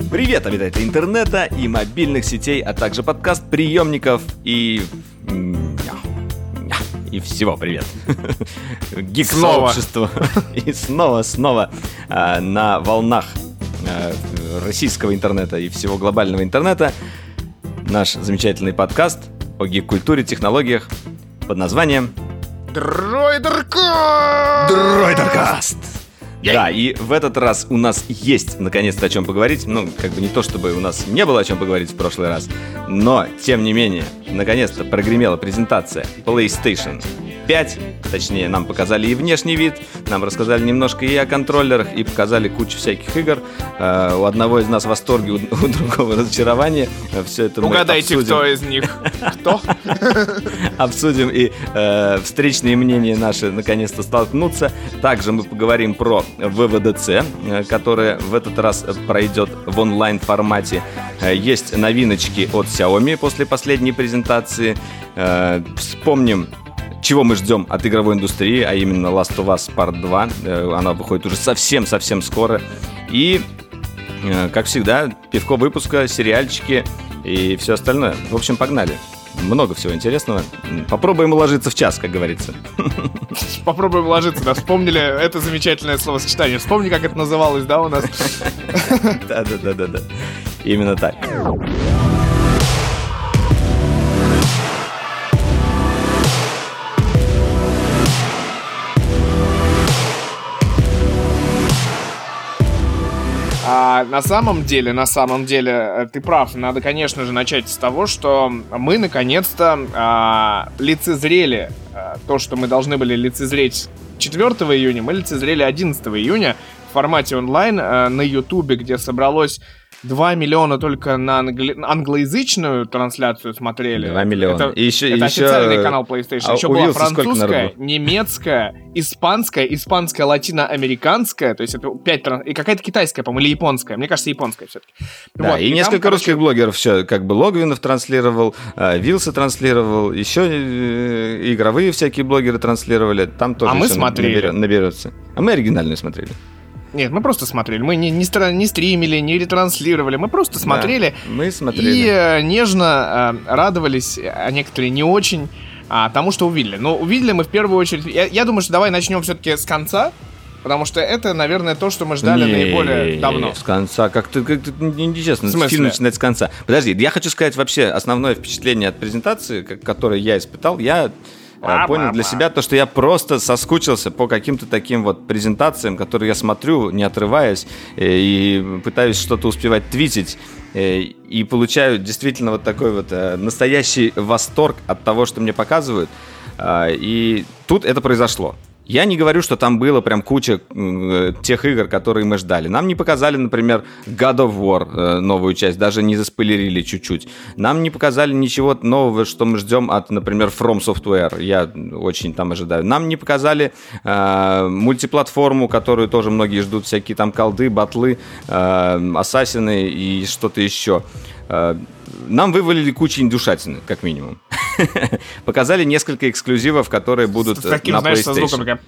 Привет, обитатели интернета и мобильных сетей, а также подкаст-приемников и всего привет. Гик-сообщество. И снова на волнах российского интернета и всего глобального интернета наш замечательный подкаст о гик-культуре, технологиях под названием Дроидеркаст. Да, и в этот раз у нас есть наконец-то о чем поговорить. Ну, как бы не то, чтобы у нас не было о чем поговорить в прошлый раз, но, тем не менее, наконец-то прогремела презентация PlayStation 5. Точнее, нам показали и внешний вид, нам рассказали немножко и о контроллерах, и показали кучу всяких игр. У одного из нас восторги, у другого разочарование. Все это угадайте, мы обсудим. Кто из них? Кто? Обсудим, и встречные мнения наши наконец-то столкнутся. Также мы поговорим про WWDC, которая в этот раз пройдет в онлайн-формате. Есть новиночки от Xiaomi после последней презентации. Вспомним, чего мы ждем от игровой индустрии, а именно Last of Us Part 2. Она выходит уже совсем скоро. И, как всегда, пивко выпуска, сериальчики и все остальное. В общем, погнали. Много всего интересного. Попробуем уложиться в час, как говорится. Попробуем уложиться, да. Вспомнили это замечательное словосочетание. Вспомни, как это называлось, да, у нас? Да. Именно так. На самом деле, ты прав. Надо, конечно же, начать с того, что мы наконец-то лицезрели то, что мы должны были лицезреть 4 июня, мы лицезрели 11 июня в формате онлайн на Ютубе, где собралось 2 миллиона только на англоязычную трансляцию смотрели. 2 миллиона. Это официальный канал PlayStation. Еще была французская, немецкая, испанская, латиноамериканская. То есть это 5 и какая-то китайская, по-моему, или японская. Мне кажется, японская все-таки. Да, вот, и несколько русских блогеров все, как бы Логвинов транслировал, Вилса транслировал, еще игровые всякие блогеры транслировали. Там тоже мы смотрели. Наберется. А мы оригинальную смотрели. Нет, мы просто смотрели. Мы не стримили, не ретранслировали. Мы просто смотрели. Да, мы смотрели. И нежно радовались, а некоторые не очень, тому, что увидели. Но увидели мы в первую очередь... Я думаю, что давай начнем все-таки с конца. Потому что это, наверное, то, что мы ждали наиболее давно. С конца. Как-то нечестно фильм начинать с конца. Подожди, я хочу сказать вообще основное впечатление от презентации, которое я испытал. Я понял для себя то, что я просто соскучился по каким-то таким вот презентациям, которые я смотрю, не отрываясь, и пытаюсь что-то успевать твитить, и получаю действительно вот такой вот настоящий восторг от того, что мне показывают. И тут это произошло. Я не говорю, что там было прям куча тех игр, которые мы ждали. Нам не показали, например, God of War, новую часть, даже не заспойлерили чуть-чуть. Нам не показали ничего нового, что мы ждем от, например, From Software. Я очень там ожидаю. Нам не показали мультиплатформу, которую тоже многие ждут, всякие там колды, батлы, ассасины и что-то еще. Нам вывалили кучу индюшатины, как минимум. Показали несколько эксклюзивов, которые будут на PlayStation. Со звуком такая...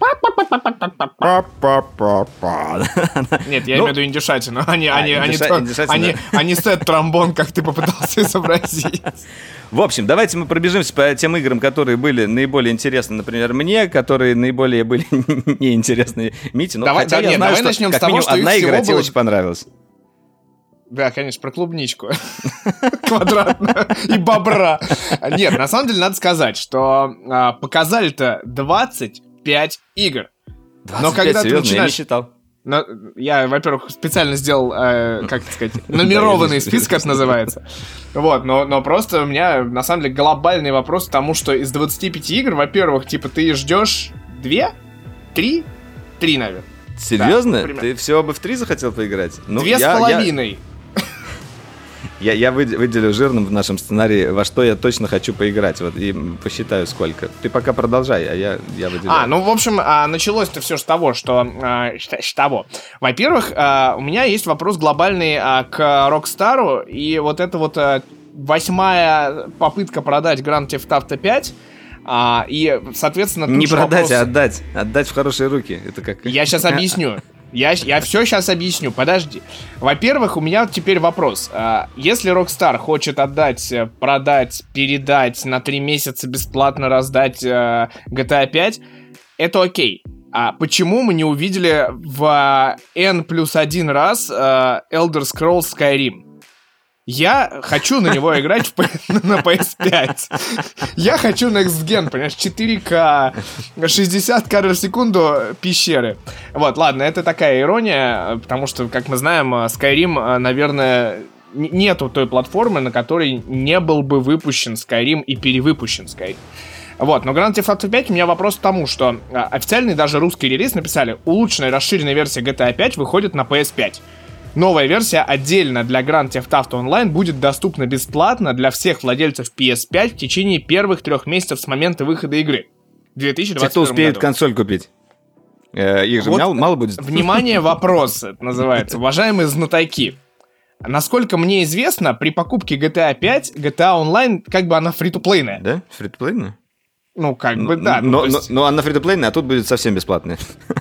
Нет, я имею в виду индюшатину, а не сет-тромбон, как ты попытался изобразить. В общем, давайте мы пробежимся по тем играм, которые были наиболее интересны, например, мне, которые наиболее были неинтересны Мите. Давай начнем с того, что одна игра тебе было... очень понравилась. Да, конечно, про клубничку квадратную и бобра. Нет, на самом деле надо сказать, что показали-то 25 игр. 25, но когда серьезно, ты начинаешь... я не считал. Я, во-первых, специально сделал, как сказать, нумерованный список, это называется. Вот, но просто у меня, на самом деле, глобальный вопрос к тому, что из 25 игр, во-первых, типа, ты ждешь 2? 3? 3, наверное. Серьезно? Да, ты всего бы в 3 захотел поиграть? 2,5. Я выделю жирным в нашем сценарии, во что я точно хочу поиграть. Вот, и посчитаю, сколько. Ты пока продолжай, а я выделяю. Ну, в общем, началось-то все с того, что... Во-первых, у меня есть вопрос глобальный к Rockstar. И вот это вот 8-я попытка продать Grand Theft Auto 5... И, соответственно... Не продать, вопрос... а отдать. Отдать в хорошие руки. Это как... Я сейчас объясню. Я все сейчас объясню, подожди. Во-первых, у меня теперь вопрос. Если Rockstar хочет отдать, продать, передать, на 3 месяца бесплатно раздать GTA 5, это окей. А почему мы не увидели в N+1 раз Elder Scrolls Skyrim? Я хочу на него играть на PS5. Я хочу Next Gen, понимаешь, 4К, 60 кадров в секунду, пещеры. Вот, ладно, это такая ирония, потому что, как мы знаем, Skyrim, наверное, нету той платформы, на которой не был бы выпущен Skyrim и перевыпущен Skyrim. Вот, но Grand Theft Auto 5 у меня вопрос к тому, что официальный даже русский релиз написали: улучшенная расширенная версия GTA 5 выходит на PS5. Новая версия отдельно для Grand Theft Auto Online будет доступна бесплатно для всех владельцев PS5 в течение первых 3 месяцев с момента выхода игры. В 2022 году. Те, кто успеет консоль купить. Их же вот мало будет. Внимание, вопрос, это называется. Уважаемые знатоки. Насколько мне известно, при покупке GTA 5, GTA Online, как бы она фри-то-плейная. Да? Фри-то-плейная? Ну, как бы, да. Но она фри-то-плейная, а тут будет совсем бесплатная.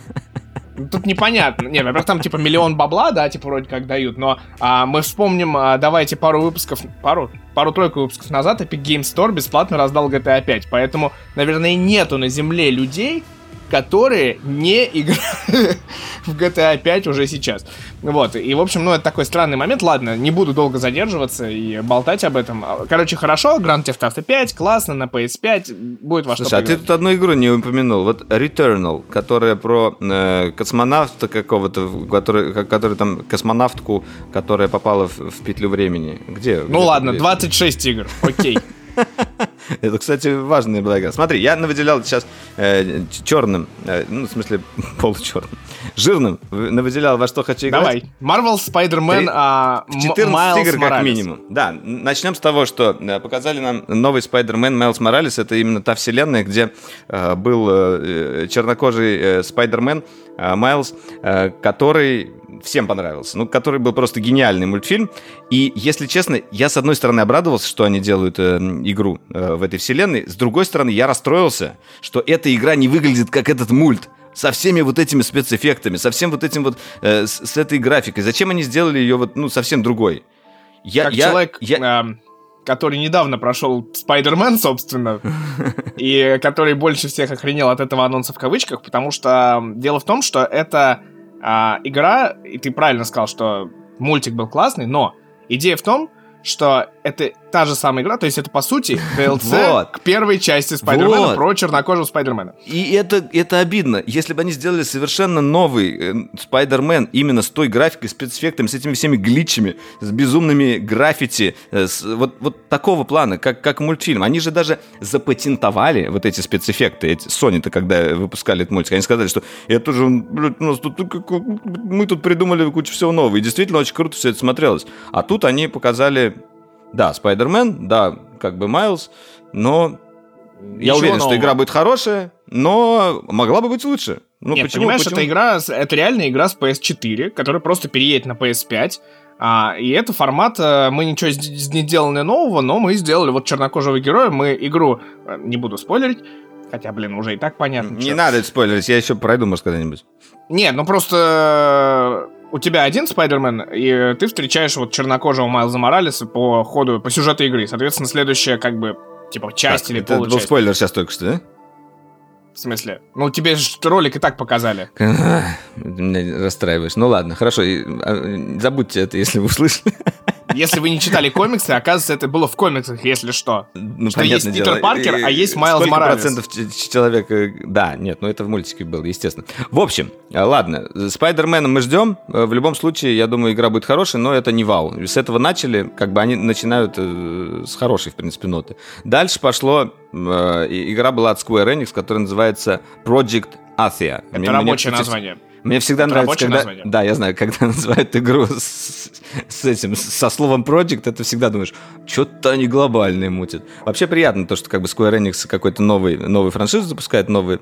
Тут непонятно. Не, во-первых, там типа миллион бабла, да, типа вроде как дают, но мы вспомним, давайте пару-тройку выпусков назад Epic Games Store бесплатно раздал GTA 5, поэтому, наверное, нету на земле людей, которые не играют в GTA 5 уже сейчас. Вот, и, в общем, это такой странный момент. Ладно, не буду долго задерживаться и болтать об этом. Короче, хорошо, Grand Theft Auto 5, классно, на PS5, будет во что поиграть. Слушай, а ты тут одну игру не упомянул. Вот Returnal, которая про космонавта какого-то, который там, космонавтку, которая попала в петлю времени. Где? Ну ладно, 26 игр, окей. Это, кстати, важная была игра. Смотри, я навыделял сейчас черным, ну, в смысле, получерным, жирным, навыделял, во что хочу играть. Давай, Marvel, Spider-Man, 14 Miles игр Morales. как минимум. Да, начнем с того, что показали нам новый Spider-Man Miles Morales. Это именно та вселенная, где был чернокожий Spider-Man Майлз, который всем понравился. Ну, который был просто гениальный мультфильм. И, если честно, я, с одной стороны, обрадовался, что они делают игру в этой вселенной. С другой стороны, я расстроился, что эта игра не выглядит как этот мульт. Со всеми вот этими спецэффектами, со всем вот этим вот, с этой графикой. Зачем они сделали ее вот, ну, совсем другой? Человек, который недавно прошел Spider-Man, собственно, и который больше всех охренел от этого анонса в кавычках, потому что дело в том, что это игра, и ты правильно сказал, что мультик был классный, но идея в том, что это та же самая игра, то есть это, по сути, DLC к первой части Спайдермена про чернокожего Спайдермена. И это обидно. Если бы они сделали совершенно новый Спайдермен именно с той графикой, спецэффектами, с этими всеми глитчами, с безумными граффити, вот такого плана, как мультфильм. Они же даже запатентовали вот эти спецэффекты. Sony-то, когда выпускали этот мультик, они сказали, что это же, блядь, мы тут придумали кучу всего нового. И действительно очень круто все это смотрелось. А тут они показали... Да, Спайдермен, да, как бы Майлз, но я уверен, что игра будет хорошая, но могла бы быть лучше. Ну, нет, почему? Понимаешь, это реальная игра с PS4, которая просто переедет на PS5, и это формат, мы ничего не делали нового, но мы сделали вот чернокожего героя, мы игру, не буду спойлерить, хотя, блин, уже и так понятно. Не надо это спойлерить, я еще пройду, может, когда-нибудь. Нет, ну просто... У тебя один Спайдермен, и ты встречаешь вот чернокожего Майлза Моралеса по ходу, по сюжету игры. Соответственно, следующая, как бы, типа, часть или получасť. Это был спойлер сейчас только что, да? В смысле? Ну, тебе же ролик и так показали. Меня расстраиваешь. Ну ладно, хорошо, забудьте это, если вы услышали. Если вы не читали комиксы, оказывается, это было в комиксах, если что. Ну, что есть Питер Паркер, а есть Майлз Моралес. Сколько процентов человека... Да, нет, ну это в мультике было, естественно. В общем, ладно, Спайдермена мы ждем. В любом случае, я думаю, игра будет хорошая, но это не вау. С этого начали, как бы они начинают с хорошей, в принципе, ноты. Дальше пошло... Игра была от Square Enix, которая называется Project Athia. Это рабочее название. Мне всегда нравится, когда... Да, я знаю, когда называют игру со словом Project, это всегда думаешь, что-то они глобальные мутят. Вообще приятно то, что как бы Square Enix какой-то новый франшизу запускает, новый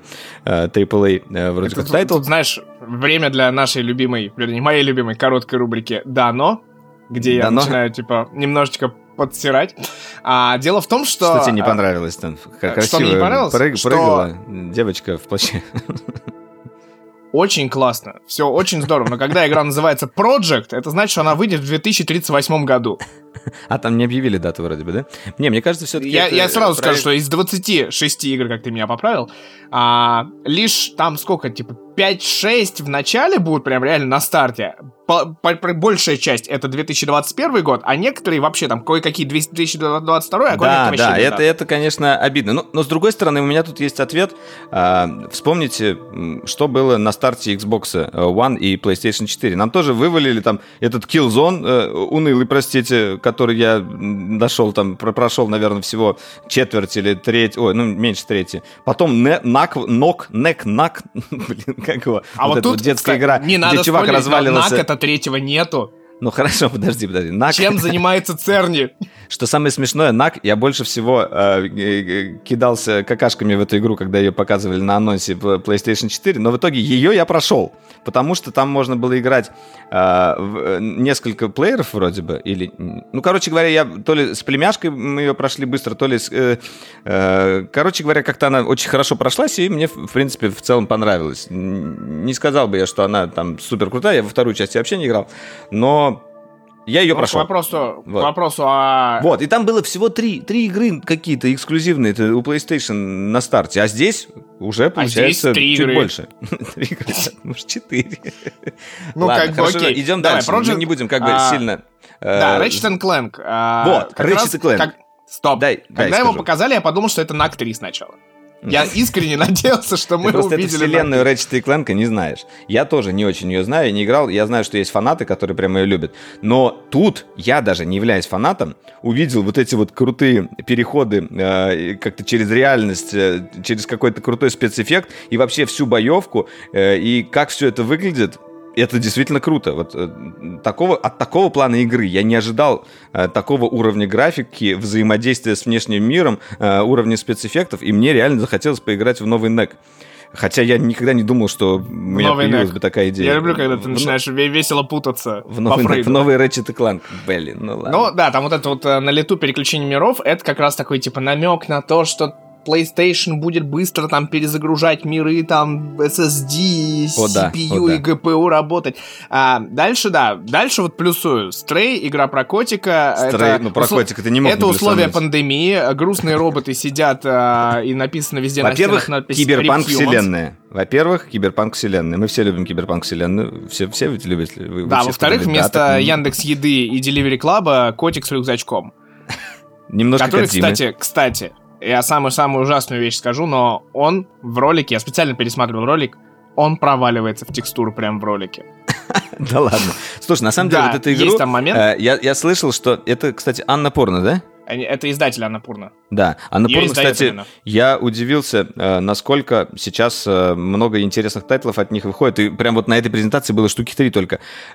AAA вроде как тайтл. Тут, знаешь, время для нашей любимой, вернее, моей любимой короткой рубрики «Да, но», где я начинаю, типа, немножечко подсирать. Дело в том, что... Что тебе не понравилось там? Красиво что мне не понравилось? Прыгала девочка в плаще. очень классно, все очень здорово, но когда игра называется Project, это значит, что она выйдет в 2038 году. А там не объявили дату вроде бы, да? Мне кажется, все-таки... Я сразу скажу, что из 26 игр, как ты меня поправил, лишь там сколько, типа 5-6 в начале будут прям реально на старте. Большая часть это 2021 год, а некоторые вообще там кое-какие 2022, а кое-какие да, это, конечно, обидно. Но с другой стороны, у меня тут есть ответ. Вспомните, что было на старте Xbox One и PlayStation 4. Нам тоже вывалили там этот Killzone, унылый, простите, который я прошел, наверное, всего четверть или треть, меньше трети. Потом Neck, блин, как его? А вот тут, детская игра, не надо где чувак разваливался. Нак это третьего нету. Ну хорошо, подожди. Нак... Чем занимается Церни? Что самое смешное, Нак, я больше всего кидался какашками в эту игру, когда ее показывали на анонсе PlayStation 4, но в итоге ее я прошел, потому что там можно было играть в несколько плееров вроде бы, или... Ну, короче говоря, я то ли с племяшкой мы ее прошли быстро, то ли с... Короче говоря, как-то она очень хорошо прошлась, и мне, в принципе, в целом понравилось. Не сказал бы я, что она там супер крутая, я во вторую часть вообще не играл, но я ее прошел. К вопросу о... Вот, и там было всего три игры какие-то эксклюзивные у PlayStation на старте, а здесь уже, получается, здесь чуть больше. 3 игры, может, 4. Ну, ладно, как бы хорошо, окей. идем Давай, дальше, мы не будем как бы сильно... Да, Ratchet Clank. Вот, Ratchet Clank. Стоп. Когда его показали, я подумал, что это Knack 3 сначала. Я искренне надеялся, что мы просто увидели... Ты просто эту вселенную Ratchet Clank не знаешь. Я тоже не очень ее знаю, не играл. Я знаю, что есть фанаты, которые прямо ее любят. Но тут я, даже не являясь фанатом, увидел вот эти вот крутые переходы как-то через реальность, через какой-то крутой спецэффект и вообще всю боевку, и как все это выглядит. Это действительно круто. Вот от такого плана игры я не ожидал такого уровня графики, взаимодействия с внешним миром, уровня спецэффектов, и мне реально захотелось поиграть в новый NEC. Хотя я никогда не думал, что у меня появилась бы такая идея. Я люблю, когда ты начинаешь весело путаться. В новый Ratchet Clank. Блин, ну ладно. Ну да, там вот это вот на лету переключение миров, это как раз такой типа намек на то, что PlayStation будет быстро там перезагружать миры, там SSD, CPU и GPU работать. Дальше вот плюсую. Stray, игра про котика. Про котика ты не мог. Это условия пандемии. Грустные роботы сидят и написано везде на стенах надпись Киберпанк вселенная. Во-первых, Киберпанк вселенная. Мы все любим Киберпанк вселенную. Все ведь любят. Да, во-вторых, вместо Яндекс Еды и Delivery Club котик с рюкзачком. Немножко который, кстати, я самую ужасную вещь скажу, но он в ролике, я специально пересматривал ролик, он проваливается в текстуру прям в ролике. Да ладно. Слушай, на самом деле, вот эту игру... есть там момент. Я слышал, что это, кстати, Аннапурна, да? Это издатель Аннапурна. Да, Аннапурна, кстати, я удивился, насколько сейчас много интересных тайтлов от них выходит. И прям вот на этой презентации было штуки 3 только.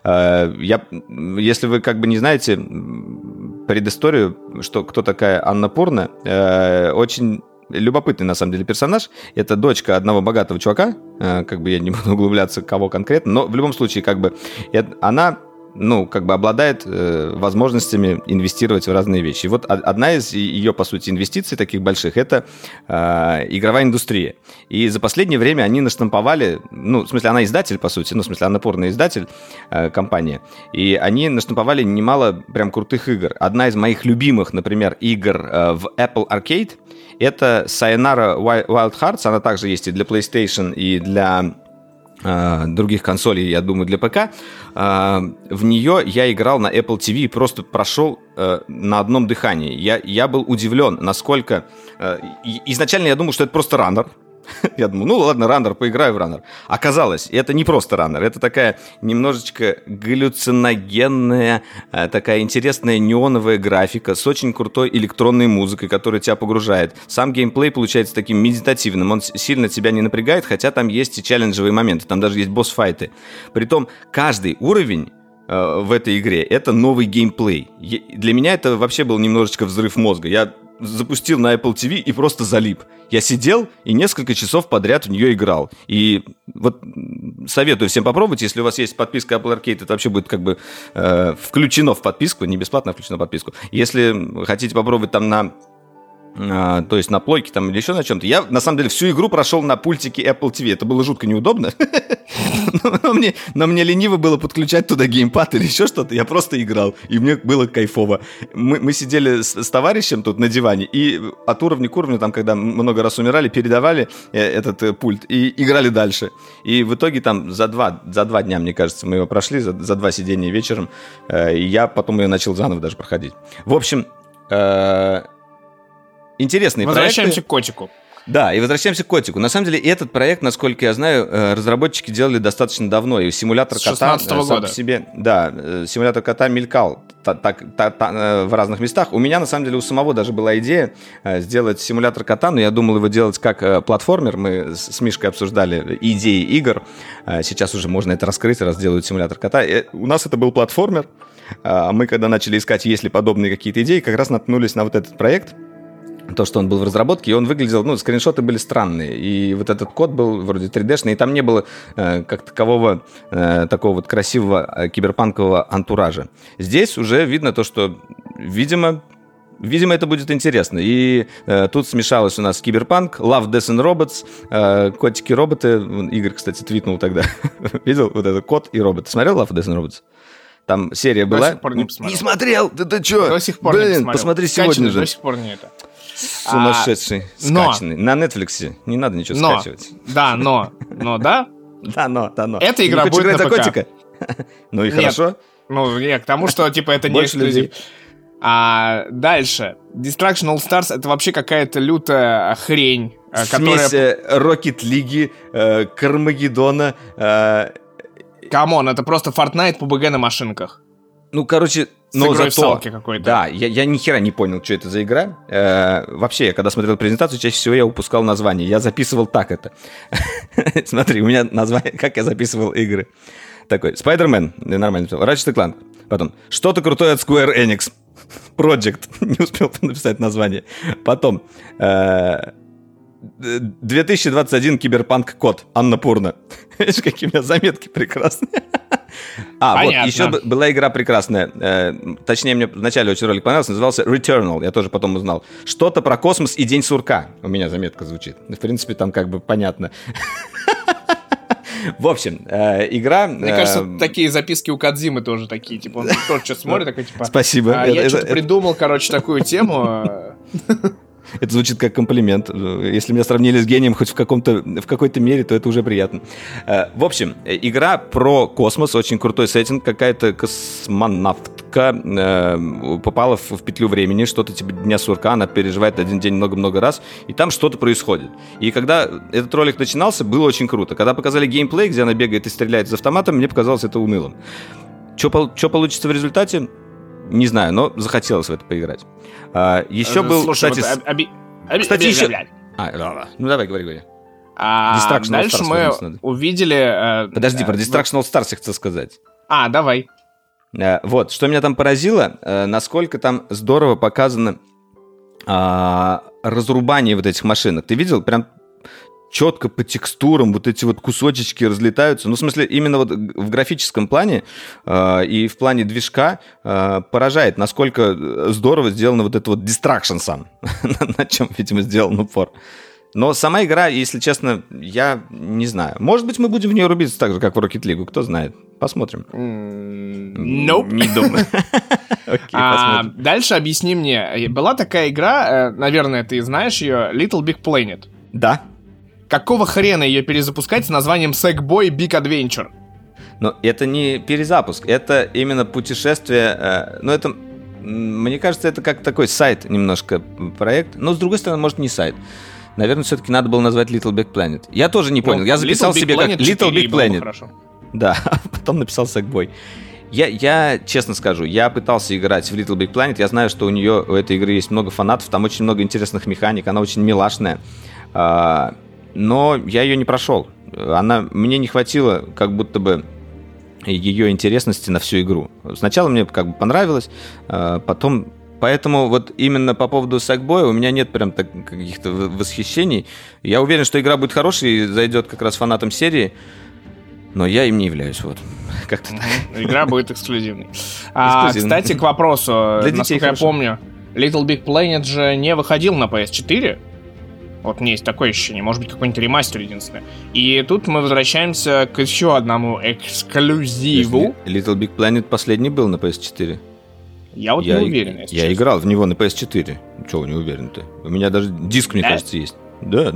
Если вы как бы не знаете предысторию, что кто такая Аннапурна, очень любопытный, на самом деле, персонаж. Это дочка одного богатого чувака, как бы я не буду углубляться, кого конкретно, но в любом случае, как бы, она... обладает возможностями инвестировать в разные вещи. И вот одна из ее, по сути, инвестиций таких больших – это игровая индустрия. И за последнее время они наштамповали, в смысле, она издатель, по сути, в смысле, она порный издатель, компания, и они наштамповали немало прям крутых игр. Одна из моих любимых, например, игр в Apple Arcade – это Sayonara Wild Hearts, она также есть и для PlayStation, и для... других консолей, я думаю, для ПК. В нее я играл на Apple TV и просто прошел на одном дыхании. Я был удивлен, насколько... Изначально я думал, что это просто раннер. Я думаю, ладно, раннер, поиграю в раннер. Оказалось, это не просто раннер, это такая немножечко галлюциногенная, такая интересная неоновая графика с очень крутой электронной музыкой, которая тебя погружает. Сам геймплей получается таким медитативным, он сильно тебя не напрягает, хотя там есть и челленджевые моменты, там даже есть босс-файты. Притом каждый уровень в этой игре — это новый геймплей. Для меня это вообще был немножечко взрыв мозга. Я запустил на Apple TV и просто залип. Я сидел и несколько часов подряд в нее играл. И вот советую всем попробовать. Если у вас есть подписка Apple Arcade, это вообще будет как бы включено в подписку. Не бесплатно, а включено в подписку. Если хотите попробовать там на то есть на плойке там или еще на чем-то. Я, на самом деле, всю игру прошел на пультике Apple TV. Это было жутко неудобно. Но мне лениво было подключать туда геймпад или еще что-то. Я просто играл, и мне было кайфово. Мы сидели с товарищем тут на диване, и от уровня к уровню, там, когда много раз умирали, передавали этот пульт и играли дальше. И в итоге там за два дня, мне кажется, мы его прошли, за 2 сидения вечером. И я потом ее начал заново даже проходить. В общем... Интересные Возвращаемся к котику. Да, и возвращаемся к котику. На самом деле, этот проект, насколько я знаю, разработчики делали достаточно давно. И симулятор кота сам по себе... Да, симулятор кота мелькал в разных местах. У меня, на самом деле, у самого даже была идея сделать симулятор кота, но я думал его делать как платформер. Мы с Мишкой обсуждали идеи игр. Сейчас уже можно это раскрыть, раз делают симулятор кота. У нас это был платформер. А мы, когда начали искать, есть ли подобные какие-то идеи, как раз наткнулись на вот этот проект. То, что он был в разработке, и он выглядел, скриншоты были странные, и вот этот код был вроде 3D-шный, и там не было как такового такого вот красивого киберпанкового антуража. Здесь уже видно то, что, видимо, это будет интересно. И тут смешалось у нас киберпанк, Love, Death and Robots, котики-роботы. Игорь, кстати, твитнул тогда. Видел вот это кот и робот? Смотрел Love, Death and Robots? Там серия была. До сих пор не посмотрел. Не смотрел? Ты что? До сих пор не посмотрел. Посмотри сегодня же. До сих пор не это. Сумасшедший, скачанный. На Netflix не надо ничего скачивать. Да, но. Да, но. Эта игра будет на ПК. Котика? Ну и хорошо. Ну, нет, к тому, что, типа, это не эксклюзив. А дальше. Destruction All Stars — это вообще какая-то лютая хрень. Смесь Rocket League, Кармагеддона. Камон, это просто Fortnite PUBG на машинках. Ну, короче, но игрой зато... в салки какой-то. Да, я ни хера не понял, что это за игра. Вообще, я когда смотрел презентацию, чаще всего я упускал название. Я записывал так это. Смотри, у меня название, как я записывал игры. Такой, Spider-Man, нормально написал, Ratchet & Clank. Потом, что-то крутое от Square Enix. Project, не успел написать название. Потом, 2021 Киберпанк Код, Анна Пурна. Видишь, какие у меня заметки прекрасные. Понятно. Вот, еще была игра прекрасная. Точнее, мне вначале очень ролик понравился. Назывался Returnal, я тоже потом узнал. Что-то про космос и День сурка. У меня заметка звучит. В принципе, там как бы понятно. В общем, игра... Мне кажется, такие записки у Кодзимы тоже такие. Типа, он тоже что-то смотрит, такой, типа... Спасибо. Я что-то придумал, короче, такую тему... Это звучит как комплимент. Если меня сравнили с гением хоть в какой-то мере, то это уже приятно. В общем, игра про космос, очень крутой сеттинг. Какая-то космонавтка попала в петлю времени, что-то типа Дня сурка, она переживает один день много-много раз, и там что-то происходит. И когда этот ролик начинался, было очень круто. Когда показали геймплей, где она бегает и стреляет из автомата, мне показалось это унылым. Что получится в результате? Не знаю, но захотелось в это поиграть. Еще был, слушай, кстати... Вот кстати, еще... Ну, давай, говори. Дальше мы увидели... Подожди, про Destruction All Stars я хотел сказать. Давай. Вот, что меня там поразило, насколько там здорово показано разрубание вот этих машинок. Ты видел? Прям четко по текстурам вот эти вот кусочечки разлетаются. Ну, в смысле, именно вот в графическом плане и в плане движка поражает, насколько здорово сделано вот это вот Destruction сам, на чем, видимо, сделан упор. Но сама игра, если честно, я не знаю. Может быть, мы будем в нее рубиться так же, как в Rocket League, кто знает. Посмотрим. Nope. Не думаю. Окей, дальше объясни мне. Была такая игра, наверное, ты знаешь ее, Little Big Planet. Да. Какого хрена ее перезапускать с названием Sackboy Big Adventure? Но это не перезапуск, это именно путешествие. Ну, это, мне кажется, это как такой сайт немножко проект. Но, с другой стороны, может, не сайт. Наверное, все-таки надо было назвать Little Big Planet. Я тоже не понял. Я записал себе как Little Big Planet. Да, потом написал Sackboy. Я честно скажу, я пытался играть в Little Big Planet. Я знаю, что у этой игры есть много фанатов. Там очень много интересных механик. Она очень милашная. Но я ее не прошел. Мне не хватило как будто бы ее интересности на всю игру. Сначала мне как бы понравилось, потом... Поэтому вот именно по поводу Sackboy у меня нет прям каких-то восхищений. Я уверен, что игра будет хорошей и зайдет как раз фанатам серии, но я им не являюсь. Вот. Как-то так. Игра будет эксклюзивной. Кстати, к вопросу. Насколько я помню, Little Big Planet же не выходил на PS4. Вот мне есть такое ощущение. Может быть, какой-нибудь ремастер единственное. И тут мы возвращаемся к еще одному эксклюзиву. Little Big Planet последний был на PS4. Я вот не уверен, если Я играл в него на PS4. Чего вы не уверены-то? У меня даже диск, мне кажется, есть. Да.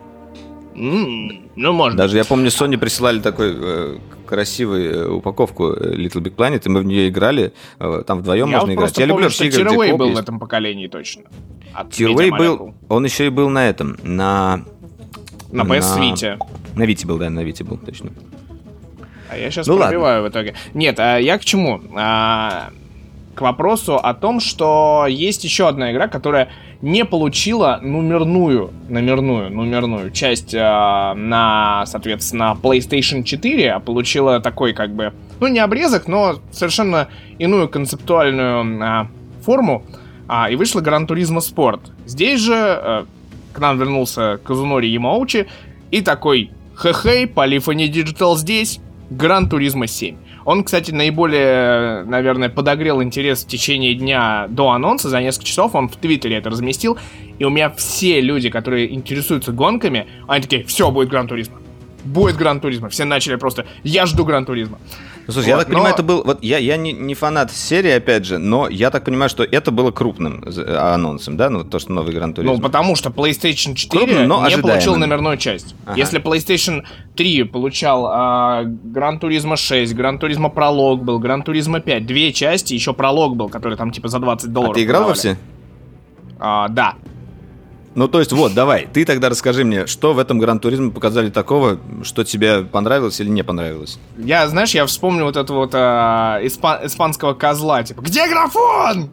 Ну, можно. Даже я помню, Sony присылали такой красивую упаковку Little Big Planet, и мы в нее играли. Там вдвоем можно играть. Я люблю все игры, где Tearaway был есть. в этом поколении точно. Tearaway был, он еще и был на этом, на PS Vita. На Vita был, да, на Vita был, точно. А я сейчас пробиваю в итоге. Нет, я к чему? К вопросу о том, что есть еще одна игра, которая не получила номерную часть на, соответственно, PlayStation 4, а получила такой, как бы, ну, не обрезок, но совершенно иную концептуальную форму, и вышла Gran Turismo Sport. Здесь же к нам вернулся Казунори Ямаучи и такой: хе-хей, Polyphony Digital здесь, Gran Turismo 7. Он, кстати, наиболее, наверное, подогрел интерес в течение дня до анонса. За несколько часов он в Твиттере это разместил. И у меня все люди, которые интересуются гонками, они такие: все, будет Гран Туризмо. Будет Гран Туризмо. Все начали просто: я жду Гран Туризмо. Ну, слушай, я так понимаю, это был... Вот я не фанат серии, опять же, но я так понимаю, что это было крупным анонсом, да? Ну, то, что новый Гран Туризмо. Ну, потому что PlayStation 4 крупным, не получил номерную часть. Ага. Если PlayStation 3 получал Гран Туризмо 6, Гран Туризмо Пролог был, Гран Туризмо 5, две части, еще Пролог был, который там типа за $20. А ты играл во все? Да. Ну, то есть, вот, давай, ты тогда расскажи мне, что в этом Гран Туризме показали такого, что тебе понравилось или не понравилось? Я вспомнил вот этого вот испанского козла, типа: где графон?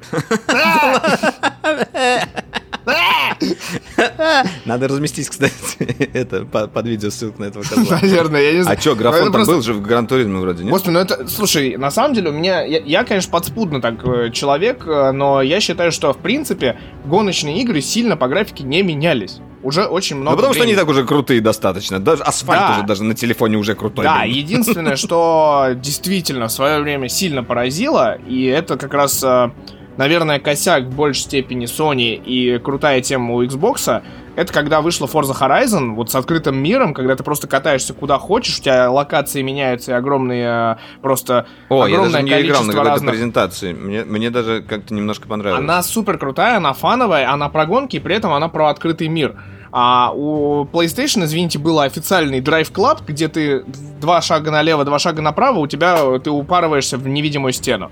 Надо разместить, кстати, это под видео ссылку на этого козла. Наверное, я не знаю. А что, графон там был же в Гран Туризме вроде, нет? Господи, ну это, слушай, на самом деле у меня, я, конечно, подспудно так человек, но я считаю, что, в принципе, гоночные игры сильно по графике не менялись. Уже очень много. Ну, потому времени. Что они так уже крутые достаточно. Даже асфальт уже даже на телефоне уже крутой. Да, единственное, что действительно в свое время сильно поразило, и это как раз, наверное, косяк в большей степени Sony и крутая тема у Xbox, это когда вышла Forza Horizon, вот с открытым миром, когда ты просто катаешься куда хочешь, у тебя локации меняются, и огромные просто огромное количество разных... я даже не играл на какой-то презентации, мне даже как-то немножко понравилось. Она супер крутая, она фановая, она про гонки, и при этом она про открытый мир. А у PlayStation, извините, был официальный Drive Club, где ты 2 шага налево, 2 шага направо, ты упарываешься в невидимую стену.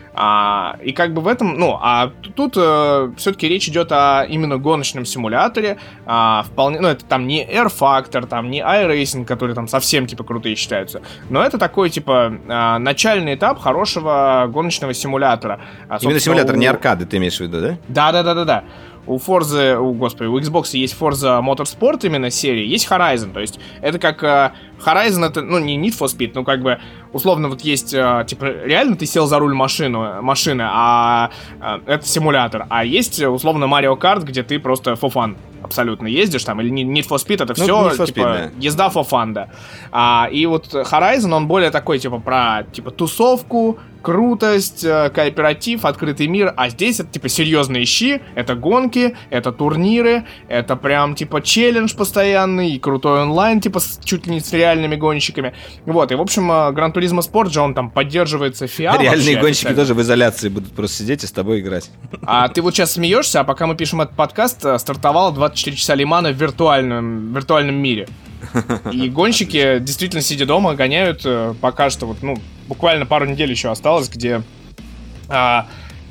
И как бы в этом, тут все-таки речь идет о именно гоночном симуляторе, вполне, это там не Air Factor, там не iRacing, которые там совсем типа крутые считаются, но это такой типа начальный этап хорошего гоночного симулятора. Именно симулятор, не аркады, ты имеешь в виду, да? Да. У Forza, у Xbox есть Forza Motorsport именно серии, есть Horizon, то есть это как Horizon, это, не Need for Speed, как бы условно вот есть, типа, реально ты сел за руль машины, а это симулятор, а есть условно Mario Kart, где ты просто for fun абсолютно ездишь там, или Need for Speed, это все, типа, езда for fun, да. И вот Horizon, он более такой, типа, про, типа, тусовку, крутость, кооператив, открытый мир, а здесь это, типа, серьезные щи, это гонки, это турниры, это прям, типа, челлендж постоянный, и крутой онлайн, типа, чуть ли не с реальными гонщиками. Вот, и, в общем, Gran Turismo Sport же, он там поддерживается FIA. Реальные гонщики тоже в изоляции будут просто сидеть и с тобой играть. А ты вот сейчас смеешься, а пока мы пишем этот подкаст, стартовало 24 часа Лимана в виртуальном мире. И гонщики, действительно, сидя дома, гоняют пока что, вот, буквально пару недель еще осталось, когда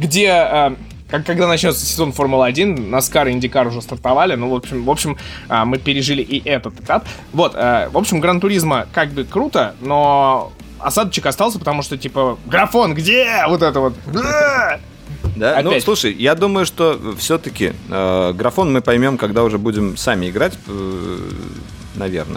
начнется сезон Формулы-1, NASCAR и IndyCar уже стартовали, в общем, мы пережили и этот этап. Вот, в общем, Гран Туризмо как бы круто, но осадочек остался, потому что, типа, графон, где? Вот это вот. Да, опять. Слушай, я думаю, что все-таки графон мы поймем, когда уже будем сами играть, наверное.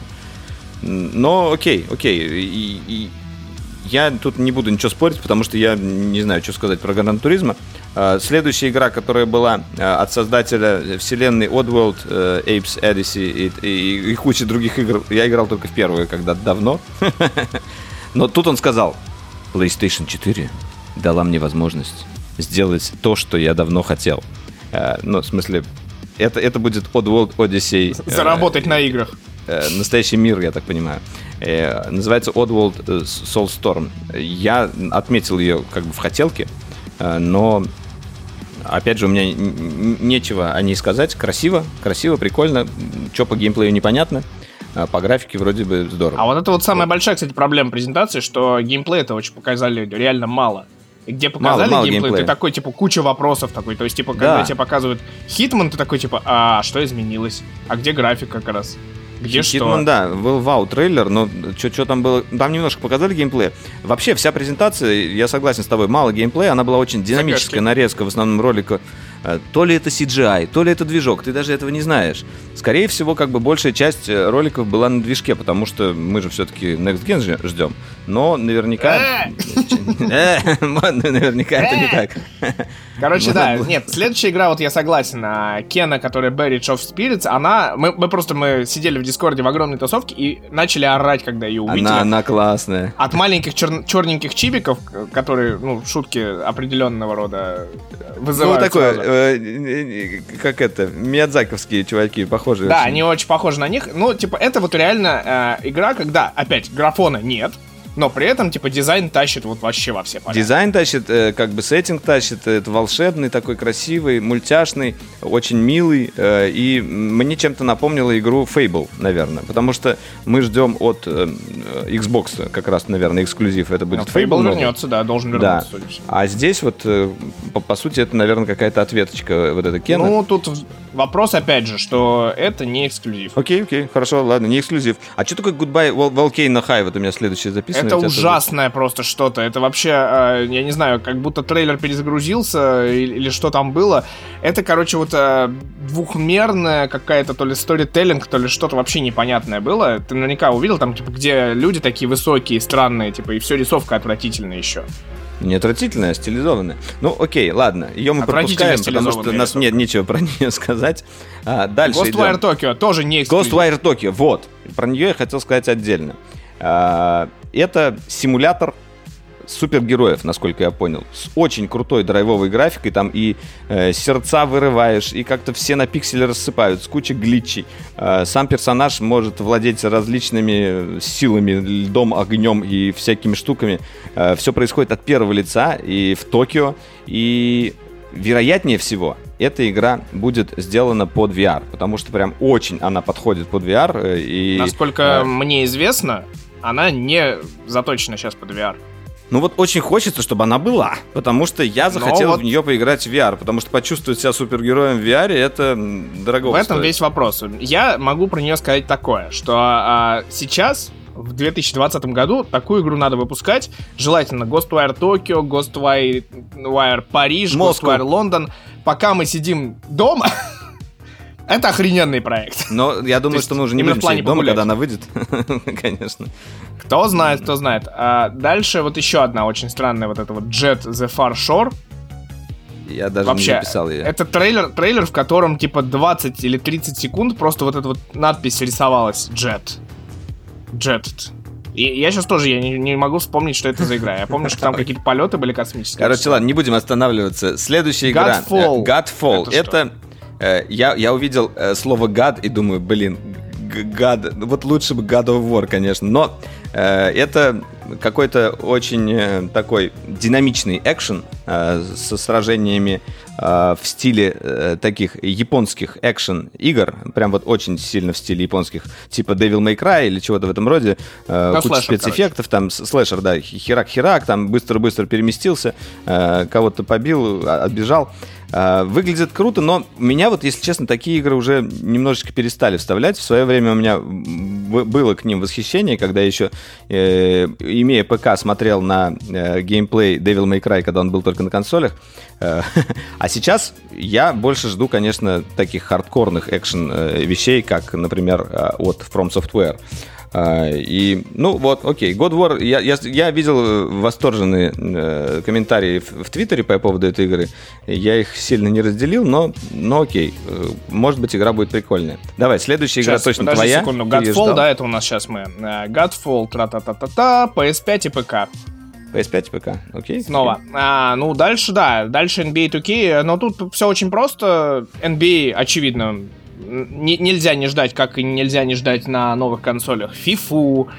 Но окей. И я тут не буду ничего спорить, потому что я не знаю, что сказать про Gran Turismo. Следующая игра, которая была от создателя вселенной Oddworld, Apes Odyssey и куча других игр, я играл только в первую, когда-то давно. Но тут он сказал: PlayStation 4 дала мне возможность сделать то, что я давно хотел. Ну, в смысле, это будет Oddworld Odyssey. Заработать на играх. Настоящий мир, я так понимаю. Называется Oddworld Soulstorm. Я отметил ее как бы в хотелке, но, опять же, у меня нечего о ней сказать. Красиво, прикольно. Что по геймплею непонятно. По графике вроде бы здорово. А вот это вот самая большая, кстати, проблема презентации, что геймплея-то очень показали реально мало. И где показали мало геймплей, геймплея. ты такой, типа, куча вопросов такой. То есть, типа, когда тебе показывают Hitman, ты такой, типа, а что изменилось? А где графика как раз? Где Hitman, что? да, был вау-трейлер, но что там было... Там немножко показали геймплей. Вообще, вся презентация, я согласен с тобой, мало геймплея, она была очень динамическая нарезка, в основном ролика. То ли это CGI, то ли это движок, ты даже этого не знаешь. Скорее всего, как бы большая часть роликов была на движке, потому что мы же все-таки Next Gen ждем. Но наверняка... Наверняка это не так. Короче, да, нет, следующая игра, вот я согласен, Кена, которая Bridge of Spirits, она... Мы сидели в Дискорде в огромной тусовке и начали орать, когда ее увидели. Она классная. От маленьких черненьких чибиков, которые, ну, шутки определенного рода вызывают. Ну, такое, как это, миядзаковские чуваки, похожие. Да, очень. они очень похожи на них. Ну, типа, это вот реально игра, когда, опять, графона нет, но при этом, типа, дизайн тащит вот вообще во все поля. Дизайн тащит, как бы сеттинг тащит, это волшебный, такой красивый, мультяшный, очень милый, и мне чем-то напомнило игру Fable, наверное, потому что мы ждем от Xbox как раз, наверное, эксклюзив, это будет Fable. Вернется, да, должен вернуться, да. А здесь вот, по сути, это, наверное, какая-то ответочка вот эта Кена. Ну, тут вопрос, опять же, что это не эксклюзив. Окей, хорошо, ладно, не эксклюзив. А что такое Goodbye Volcano High? Вот у меня следующее записано. Это ужасное просто что-то. Это вообще, я не знаю, как будто трейлер перезагрузился или что там было. Это, короче, вот двухмерная какая-то то ли сторителлинг, то ли что-то вообще непонятное было. Ты наверняка увидел там, типа, где люди такие высокие, странные, типа, и все рисовка отвратительная еще. Не отвратительная, а стилизованная. Ну, окей, ладно, ее мы пропускаем, потому что у нас нет нечего про нее сказать. Дальше Ghostwire Tokyo тоже не эксклюзив. Ghostwire Tokyo, вот. Про нее я хотел сказать отдельно. Это симулятор супергероев, насколько я понял, с очень крутой драйвовой графикой, там и сердца вырываешь, и как-то все на пиксели рассыпают, с кучей глитчей. Сам персонаж может владеть различными силами, льдом, огнем и всякими штуками. Все происходит от первого лица и в Токио, и вероятнее всего эта игра будет сделана под VR, потому что прям очень она подходит под VR. И, насколько мне известно, она не заточена сейчас под VR. Ну вот очень хочется, чтобы она была, потому что я захотел в нее поиграть в VR, потому что почувствовать себя супергероем в VR это дорого стоит. В этом весь вопрос. Я могу про нее сказать такое, что сейчас, в 2020 году, такую игру надо выпускать. Желательно Ghostwire Tokyo, Ghostwire Париж, Ghostwire Лондон. Пока мы сидим дома... Это охрененный проект. Но я думаю, что мы уже не будем сидеть дома, когда она выйдет. Конечно. Кто знает, кто знает. А дальше вот еще одна очень странная вот эта вот Jet the Far Shore. Я даже вообще не записал ее. Это трейлер, в котором типа 20 или 30 секунд просто вот эта вот надпись рисовалась. Jet. И я сейчас тоже не могу вспомнить, что это за игра. Я помню, что там какие-то полеты были космические. Короче, ладно, не будем останавливаться. Следующая игра. Godfall. Это я увидел слово God и думаю, блин, God, вот лучше бы God of War, конечно, но это какой-то очень такой динамичный экшен со сражениями в стиле таких японских экшен-игр, прям вот очень сильно в стиле японских, типа Devil May Cry или чего-то в этом роде, куча спецэффектов, там слэшер, да, херак-херак, там быстро-быстро переместился, кого-то побил, отбежал. Выглядит круто, но меня вот, если честно, такие игры уже немножечко перестали вставлять. В свое время у меня было к ним восхищение, когда еще, имея ПК, смотрел на геймплей Devil May Cry, когда он был только на консолях. А сейчас я больше жду, конечно, таких хардкорных экшен вещей, как, например, от From Software. И, ну вот, окей, God of War, я видел восторженные комментарии в Твиттере по поводу этой игры. Я их сильно не разделил, но окей, может быть, игра будет прикольная. Давай, следующая игра точно твоя. Секунду. Godfall, да, это у нас сейчас мы. Godfall, тра-та-та-та-та, PS5 и ПК. PS5 и ПК, окей. Снова. Ну, дальше NBA 2K, но тут все очень просто. NBA, очевидно, нельзя не ждать, как и нельзя не ждать на новых консолях. FIFA,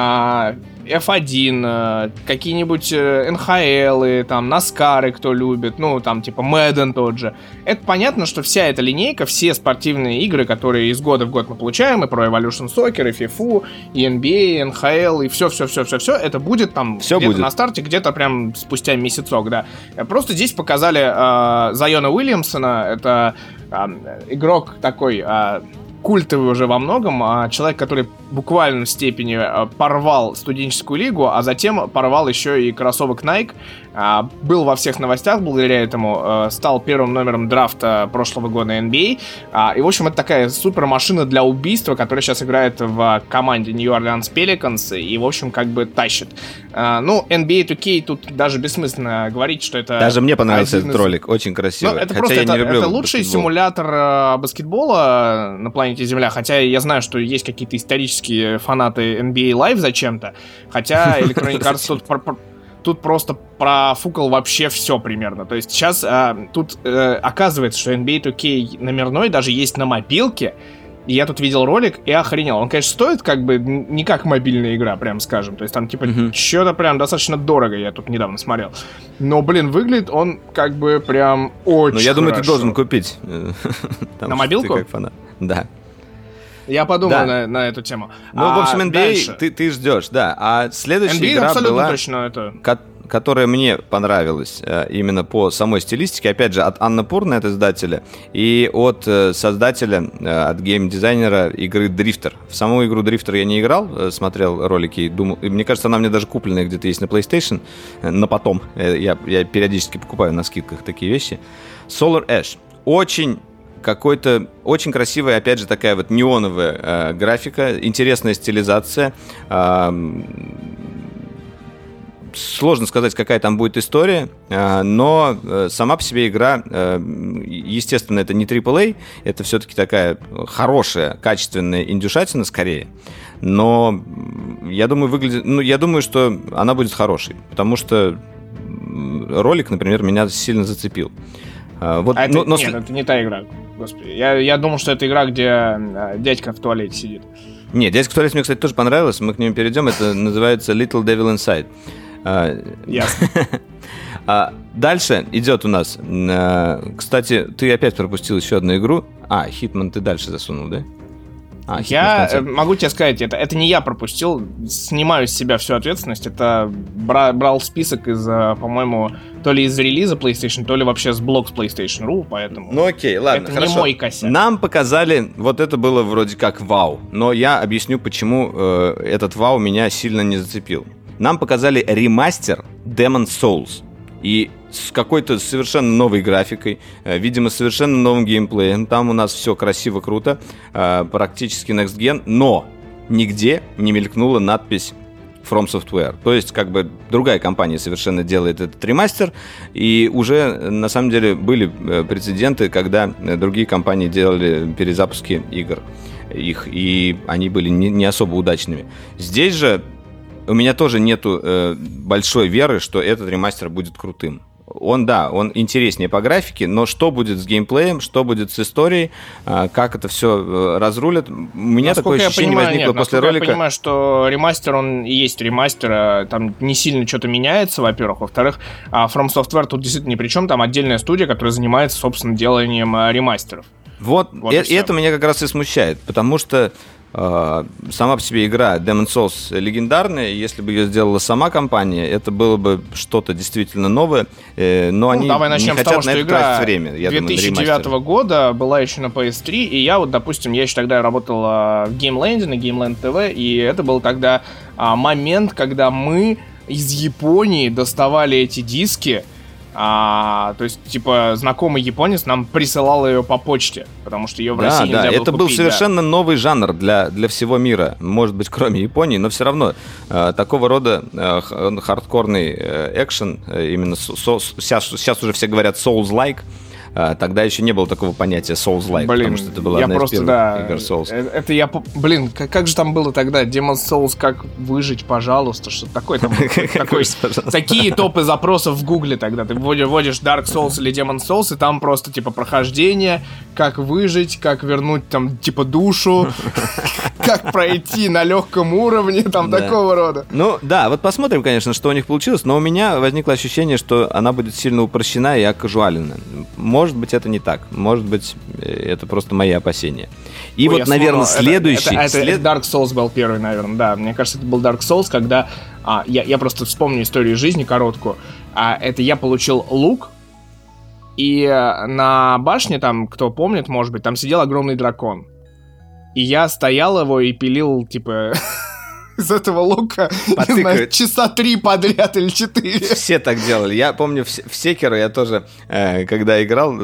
F1, какие-нибудь NHL, там, Наскары, кто любит, ну, там, типа, Madden тот же. Это понятно, что вся эта линейка, все спортивные игры, которые из года в год мы получаем, и Pro Evolution Soccer, и FIFA, и NBA, и NHL, и все, это будет там все где-то будет на старте, где-то прям спустя месяцок, да. Просто здесь показали Зайона Уильямсона, это игрок такой... культовый уже во многом, человек, который буквально в степени порвал студенческую лигу, а затем порвал еще и кроссовок Nike, был во всех новостях благодаря этому, стал первым номером драфта прошлого года NBA, и, в общем, это такая супер машина для убийства, которая сейчас играет в команде New Orleans Pelicans и, в общем, как бы тащит. Ну, NBA 2K тут даже бессмысленно говорить, что это... Даже мне понравился этот ролик, очень красивый. Ну, это просто, это лучший симулятор баскетбола на планете Земля, хотя я знаю, что есть какие-то исторические фанаты NBA Live зачем-то, хотя Electronic Arts тут просто профукал вообще все примерно. То есть сейчас тут оказывается, что NBA 2K номерной даже есть на мобилке, и я тут видел ролик и охренел. Он, конечно, стоит как бы не как мобильная игра, прям скажем. То есть там типа что-то прям достаточно дорого, я тут недавно смотрел. Но, блин, выглядит он как бы прям очень я думаю, ты должен купить. На мобилку? Как фанат. Да. Я подумал на эту тему. Ну, в общем, NBA ты ждешь, да. А следующая NBA игра абсолютно была... точно это... которая мне понравилась именно по самой стилистике, опять же, от Annapurna, от издателя, и от создателя, от геймдизайнера игры Drifter. В саму игру Drifter я не играл, смотрел ролики и думал, и мне кажется, она мне даже купленная где-то есть на PlayStation, на потом. Я периодически покупаю на скидках такие вещи. Solar Ash. Очень красивая, опять же, такая вот неоновая графика, интересная стилизация. Сложно сказать, какая там будет история, но сама по себе игра, естественно, это не AAA, это все-таки такая хорошая, качественная индюшатина скорее. Но я думаю, что она будет хорошей, потому что ролик, например, меня сильно зацепил. Нет, это не та игра. Господи, я думал, что это игра, где дядька в туалете сидит. Нет, дядька в туалете мне, кстати, тоже понравилось. Мы к нему перейдем. Это называется Little Devil Inside. Ясно. Дальше идет у нас. Кстати, ты опять пропустил еще одну игру. Hitman ты дальше засунул, да? Я могу тебе сказать, это не я пропустил, снимаю с себя всю ответственность. Это брал список из, по-моему, то ли из релиза PlayStation, то ли вообще с блог с PlayStation.ru, поэтому... Ну окей, ладно, это хорошо. Не мой косяк. Нам показали, вот это было вроде как вау, но я объясню, почему этот вау меня сильно не зацепил. Нам показали ремастер Demon's Souls. И с какой-то совершенно новой графикой, видимо, совершенно новым геймплеем. Там у нас все красиво, круто, практически next gen, но нигде не мелькнула надпись From Software. То есть, как бы, другая компания совершенно делает этот ремастер, и уже, на самом деле, были прецеденты, когда другие компании делали перезапуски игр их, и они были не особо удачными. Здесь же у меня тоже нету большой веры, что этот ремастер будет крутым. Он интереснее по графике, но что будет с геймплеем, что будет с историей, как это все разрулят, у меня такое ощущение возникло после ролика. Я понимаю, что ремастер, он и есть ремастер, там не сильно что-то меняется, во-первых. Во-вторых, From Software тут действительно ни при чем, там отдельная студия, которая занимается, собственно, деланием ремастеров. Вот и это меня как раз и смущает, потому что сама по себе игра Demon's Souls легендарная, если бы ее сделала сама компания, это было бы что-то действительно новое, но они не хотят на это тратить время. 2009 года была еще на PS3, и я еще тогда работал в GameLand, на GameLand TV, и это был тогда момент, когда мы из Японии доставали эти диски. То есть, типа, знакомый японец нам присылал ее по почте, потому что ее в России нельзя было купить. Это был совершенно новый жанр для всего мира, может быть, кроме Японии, но все равно такого рода хардкорный экшен, именно сейчас уже все говорят Souls-like, тогда еще не было такого понятия Souls-like, потому что это была одна из первых игр Souls. Как же там было тогда? Demon's Souls, как выжить, пожалуйста, что-то такое. Такие топы запросов в Гугле тогда. Ты вводишь Dark Souls или Demon's Souls, и там просто, типа, прохождение, как выжить, как вернуть, там, типа, душу, как пройти на легком уровне, там, такого рода. Ну, да, вот посмотрим, конечно, что у них получилось, но у меня возникло ощущение, что она будет сильно упрощена и окажуалена. Может быть, это не так. Может быть, это просто мои опасения. И вот, наверное, следующий... Это Dark Souls был первый, наверное, да. Мне кажется, это был Dark Souls, когда... Я просто вспомню историю жизни короткую. Это я получил лук, и на башне, там, кто помнит, может быть, там сидел огромный дракон. И я стоял его и пилил, типа... из этого лука, не знаю, часа 3 подряд или 4. Все так делали. Я помню, в Секиро я тоже, когда играл,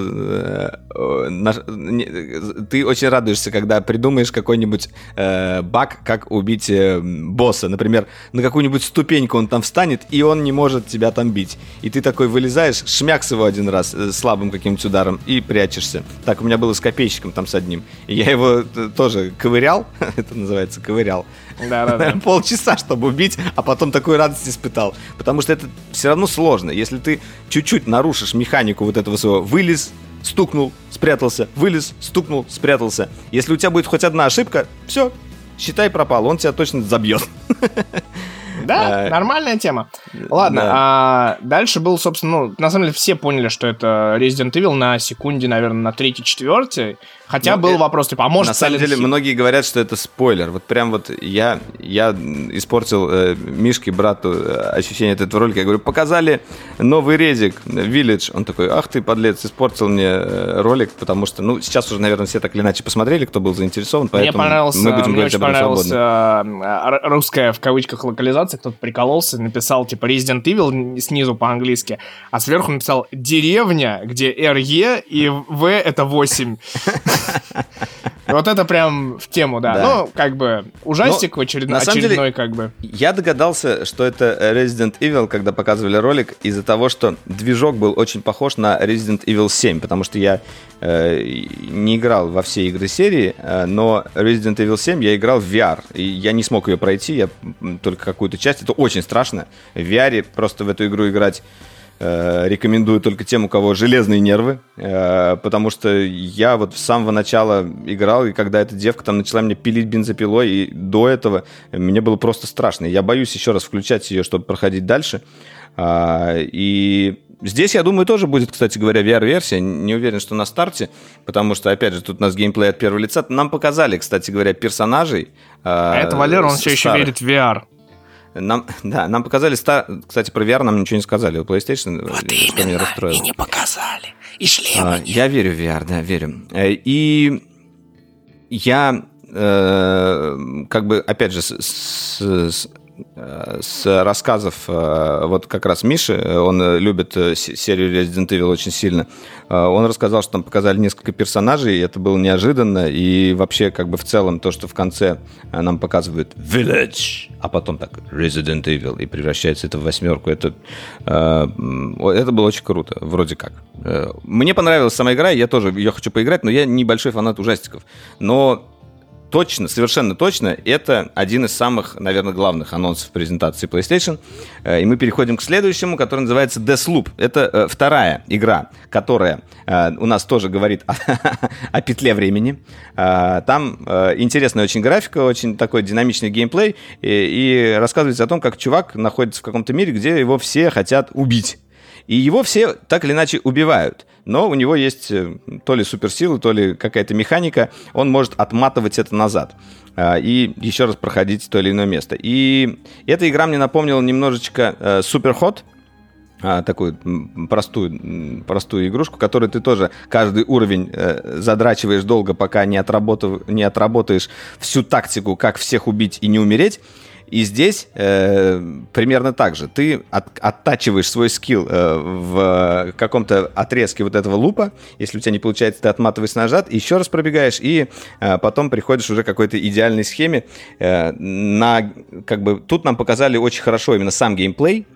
ты очень радуешься, когда придумаешь какой-нибудь баг, как убить босса. Например, на какую-нибудь ступеньку он там встанет, и он не может тебя там бить. И ты такой вылезаешь, шмякс его один раз слабым каким-нибудь ударом и прячешься. Так у меня было с копейщиком там с одним. И я его тоже ковырял, это называется ковырял. Да. Полчаса, чтобы убить, а потом такую радость испытал. Потому что это все равно сложно. Если ты чуть-чуть нарушишь механику вот этого своего вылез, стукнул, спрятался, вылез, стукнул, спрятался. Если у тебя будет хоть одна ошибка, все, считай, пропал. Он тебя точно забьет. Да, нормальная тема. Ладно, дальше был, собственно, на самом деле все поняли, что это Resident Evil на секунде, наверное, на 3-4. Хотя был вопрос, типа, а может... На самом деле, многие говорят, что это спойлер. Вот прям вот я испортил Мишке, брату, ощущение от этого ролика. Я говорю, показали новый резик, Village. Он такой, ах ты, подлец, испортил мне ролик, потому что, ну, сейчас уже, наверное, все так или иначе посмотрели, кто был заинтересован, поэтому мы будем говорить об этом свободно. Мне понравилась русская, в кавычках, локализация. Кто-то прикололся, написал, типа, Resident Evil снизу по-английски, а сверху написал «Деревня», где RE и V это 8. Вот это прям в тему, да. Ну, как бы, ужастик очередной, как бы. Я догадался, что это Resident Evil, когда показывали ролик, из-за того, что движок был очень похож на Resident Evil 7, потому что я не играл во все игры серии, но Resident Evil 7 я играл в VR, и я не смог ее пройти, я только какую-то часть. Это очень страшно. В VR просто в эту игру играть рекомендую только тем, у кого железные нервы, потому что я вот с самого начала играл, и когда эта девка там начала меня пилить бензопилой, и до этого мне было просто страшно. Я боюсь еще раз включать ее, чтобы проходить дальше. И здесь, я думаю, тоже будет, кстати говоря, VR-версия. Не уверен, что на старте, потому что, опять же, тут у нас геймплей от первого лица. Нам показали, кстати говоря, персонажей. Это Валера, он все еще верит в VR. Нам показали, кстати, про VR нам ничего не сказали. У PlayStation, вот что меня расстроило. И не показали. И шлема нет. Я верю в VR, да, верю. И я, как бы, опять же, с рассказов вот как раз Миши, он любит серию Resident Evil очень сильно, он рассказал, что там показали несколько персонажей, и это было неожиданно, и вообще как бы в целом то, что в конце нам показывают Village, а потом так Resident Evil, и превращается это в 8, это было очень круто, вроде как. Мне понравилась сама игра, я тоже ее хочу поиграть, но я небольшой фанат ужастиков, но точно, совершенно точно, это один из самых, наверное, главных анонсов презентации PlayStation. И мы переходим к следующему, который называется Deathloop. Это вторая игра, которая у нас тоже говорит о петле времени. Там интересная очень графика, очень такой динамичный геймплей, и рассказывается о том, как чувак находится в каком-то мире, где его все хотят убить. И его все так или иначе убивают. Но у него есть то ли суперсилы, то ли какая-то механика. Он может отматывать это назад и еще раз проходить то или иное место. И эта игра мне напомнила немножечко Superhot, такую простую игрушку, которую ты тоже каждый уровень задрачиваешь долго, пока не отработаешь всю тактику, как всех убить и не умереть. И здесь примерно так же. Ты оттачиваешь свой скилл в каком-то отрезке вот этого лупа. Если у тебя не получается, ты отматываешь назад, еще раз пробегаешь, и потом приходишь уже к какой-то идеальной схеме. Тут нам показали очень хорошо именно сам геймплей.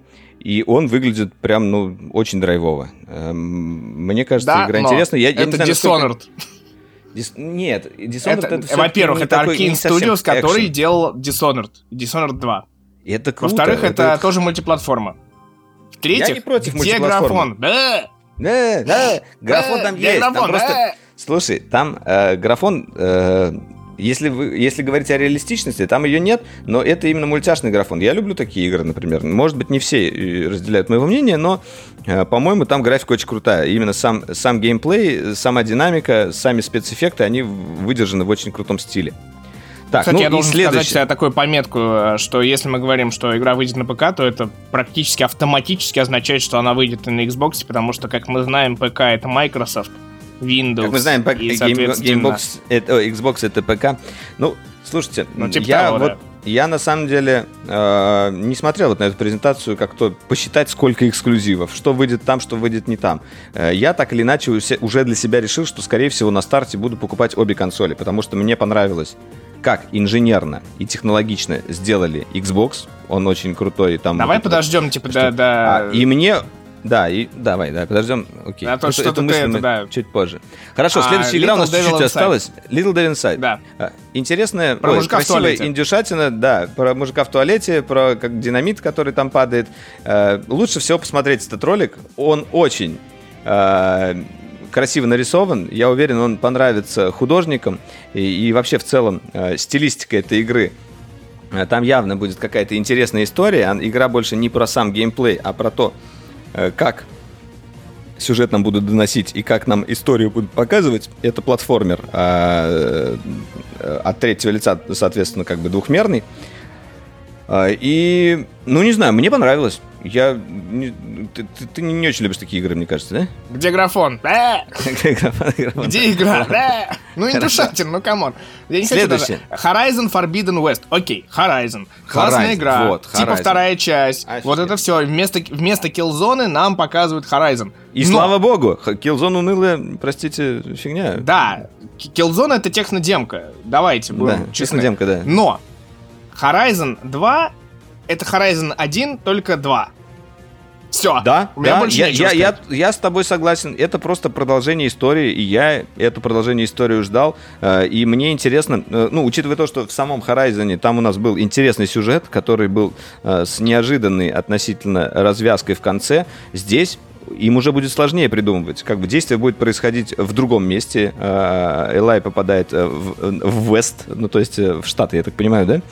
И он выглядит прям, очень драйвово. Мне кажется, игра интересная. Это Dishonored. Нет, Dishonored это все. Во-первых, это Arkane Studios, который делал Dishonored 2. Это круто. Во-вторых, это тоже мультиплатформа. В-третьих, я не против где графон? Графон там есть. Там просто... Слушай, там графон... Если говорить о реалистичности, там ее нет, но это именно мультяшный графон. Я люблю такие игры, например. Может быть, не все разделяют моего мнения, но, по-моему, там графика очень крутая. Именно сам геймплей, сама динамика, сами спецэффекты, они выдержаны в очень крутом стиле. Так, кстати, я должен сказать такую пометку, что если мы говорим, что игра выйдет на ПК, то это практически автоматически означает, что она выйдет и на Xbox, потому что, как мы знаем, ПК — это Microsoft, Windows. Как мы знаем, Xbox — это ПК. Слушайте, я на самом деле не смотрел на эту презентацию, как-то посчитать, сколько эксклюзивов, что выйдет там, что выйдет не там. Я так или иначе уже для себя решил, что, скорее всего, на старте буду покупать обе консоли, потому что мне понравилось, как инженерно и технологично сделали Xbox. Он очень крутой. Давай подождем, И мне... Давай, подождем. Окей. А то что-то мы чуть позже. Хорошо, следующая игра у нас чуть-чуть осталась. Little Devil Inside. Да. Интересная, красивая индюшатина, про мужика в туалете, про как динамит, который там падает. Лучше всего посмотреть этот ролик. Он очень красиво нарисован. Я уверен, он понравится художникам. И вообще, в целом, стилистика этой игры. Там явно будет какая-то интересная история. Игра больше не про сам геймплей, а про то, как сюжет нам будут доносить и как нам историю будут показывать. Это платформер от третьего лица, соответственно, как бы двухмерный. И, не знаю, мне понравилось. Ты не очень любишь такие игры, мне кажется, да? Где графон? Где игра? Индюшатин, камон. Следующее. Horizon Forbidden West. Окей, Horizon. Классная игра. Типа вторая часть. Вот это все. Вместо Killzone нам показывают Horizon. И слава богу, Killzone унылая, простите, фигня. Да, Killzone — это технодемка. Давайте будем честны. Технодемка, да. Но Horizon 2 — это Horizon 1, только 2. Все. Да, я с тобой согласен. Это просто продолжение истории, и я это продолжение истории ждал. И мне интересно, учитывая то, что в самом Horizon там у нас был интересный сюжет, который был с неожиданной относительно развязкой в конце, здесь им уже будет сложнее придумывать. Как бы действие будет происходить в другом месте. Элай попадает в Вест, то есть в Штаты, я так понимаю, да?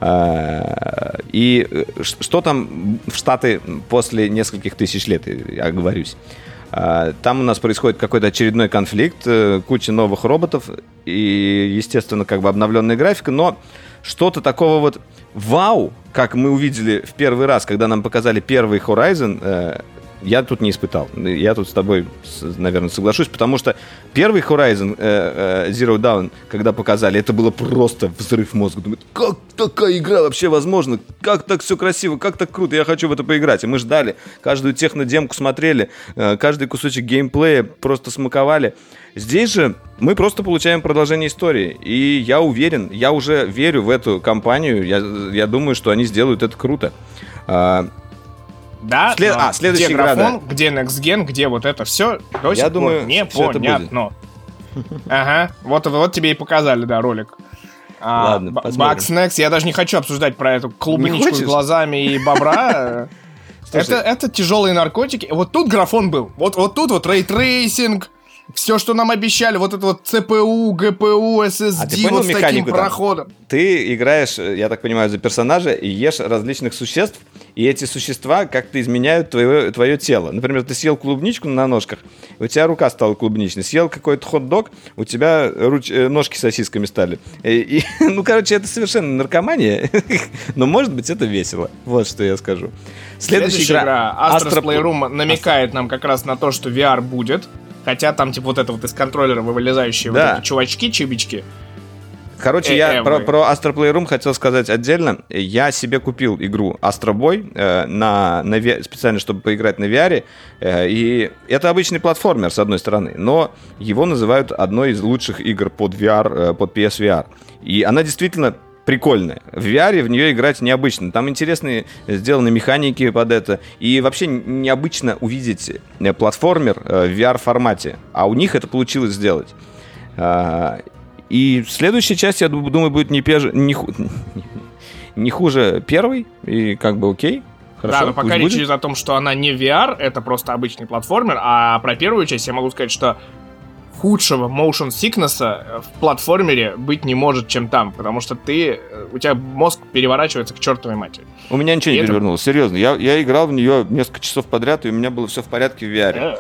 И что там в Штаты после нескольких тысяч лет, я оговорюсь. Там у нас происходит какой-то очередной конфликт, куча новых роботов и, естественно, как бы обновленная графика, но что-то такого вау, как мы увидели в первый раз, когда нам показали первый Horizon, я тут не испытал. Я тут с тобой, наверное, соглашусь, потому что первый Horizon Zero Dawn, когда показали, это было просто взрыв мозга. Думаю, как такая игра вообще возможна? Как так все красиво? Как так круто? Я хочу в это поиграть. И мы ждали, каждую технодемку смотрели, каждый кусочек геймплея просто смаковали. Здесь же мы просто получаем продолжение истории. И я уверен, я уже верю в эту компанию. Я думаю, что они сделают это круто. Да, следующая где игра, графон, где Next Gen, где вот это все, до сих пор непонятно. Ага, вот тебе и показали, ролик. Ладно, Bugsnax, я даже не хочу обсуждать про эту клубничку с глазами и бобра. Это тяжелые наркотики. Вот тут графон был, вот тут рейтрейсинг. Все, что нам обещали, вот это вот CPU, GPU, SSD, вот с таким проходом. Ты играешь, я так понимаю, за персонажа и ешь различных существ, и эти существа как-то изменяют твое тело. Например, ты съел клубничку на ножках, у тебя рука стала клубничной. Съел какой-то хот-дог, у тебя ножки сосисками стали. Это совершенно наркомания, но, может быть, это весело. Вот что я скажу. Следующая игра Astro's Playroom намекает нам как раз на то, что VR будет. Хотя там, типа, вот это вот из контроллера вылезающие вот эти чувачки-чибички. Короче, я про Astro Playroom хотел сказать отдельно. Я себе купил игру Astro Boy специально, чтобы поиграть на VR. И это обычный платформер, с одной стороны, но его называют одной из лучших игр под VR, под PSVR. И она действительно прикольная. В VR в нее играть необычно. Там интересные сделаны механики под это. И вообще необычно увидеть платформер в VR-формате. А у них это получилось сделать. И следующая часть, я думаю, будет не хуже первой. И как бы окей. Хорошо, да, но пока речь идет о том, что она не VR, это просто обычный платформер. А про первую часть я могу сказать, что худшего motion sickness в платформере быть не может, чем там, потому что у тебя мозг переворачивается к чертовой матери. У меня ничего не перевернулось, серьезно. Я играл в нее несколько часов подряд, и у меня было все в порядке в VR.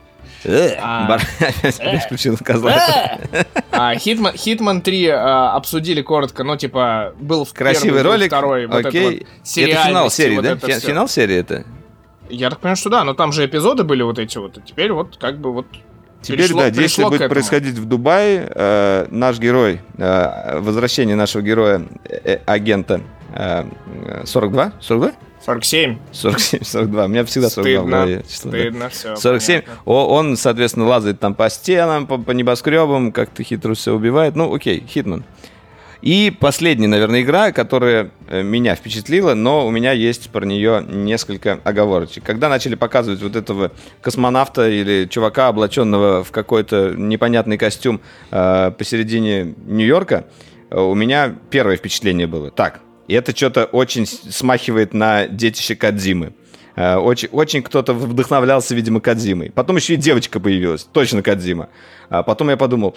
Опять включил козла. Hitman 3 обсудили коротко, но типа был в красивый ролик, второй. Окей. Это финал серии, да? Финал серии это? Я так понимаю, что да, но там же эпизоды были вот эти вот, и теперь вот как бы вот... Теперь, да, действие будет происходить в Дубае. Наш герой, возвращение нашего героя, агента 42? 42? 47. 42. У меня всегда 42 в голове. Стыдно, все. 47. Он, соответственно, лазает там по стенам, по небоскребам, как-то хитро все убивает. Ну, окей, Хитман. И последняя, наверное, игра, которая меня впечатлила, но у меня есть про нее несколько оговорочек. Когда начали показывать вот этого космонавта или чувака, облаченного в какой-то непонятный костюм посередине Нью-Йорка, у меня первое впечатление было: так, это что-то очень смахивает на детище Кодзимы. Очень кто-то вдохновлялся, видимо, Кодзимой. Потом еще и девочка появилась, точно Кодзима. Потом я подумал...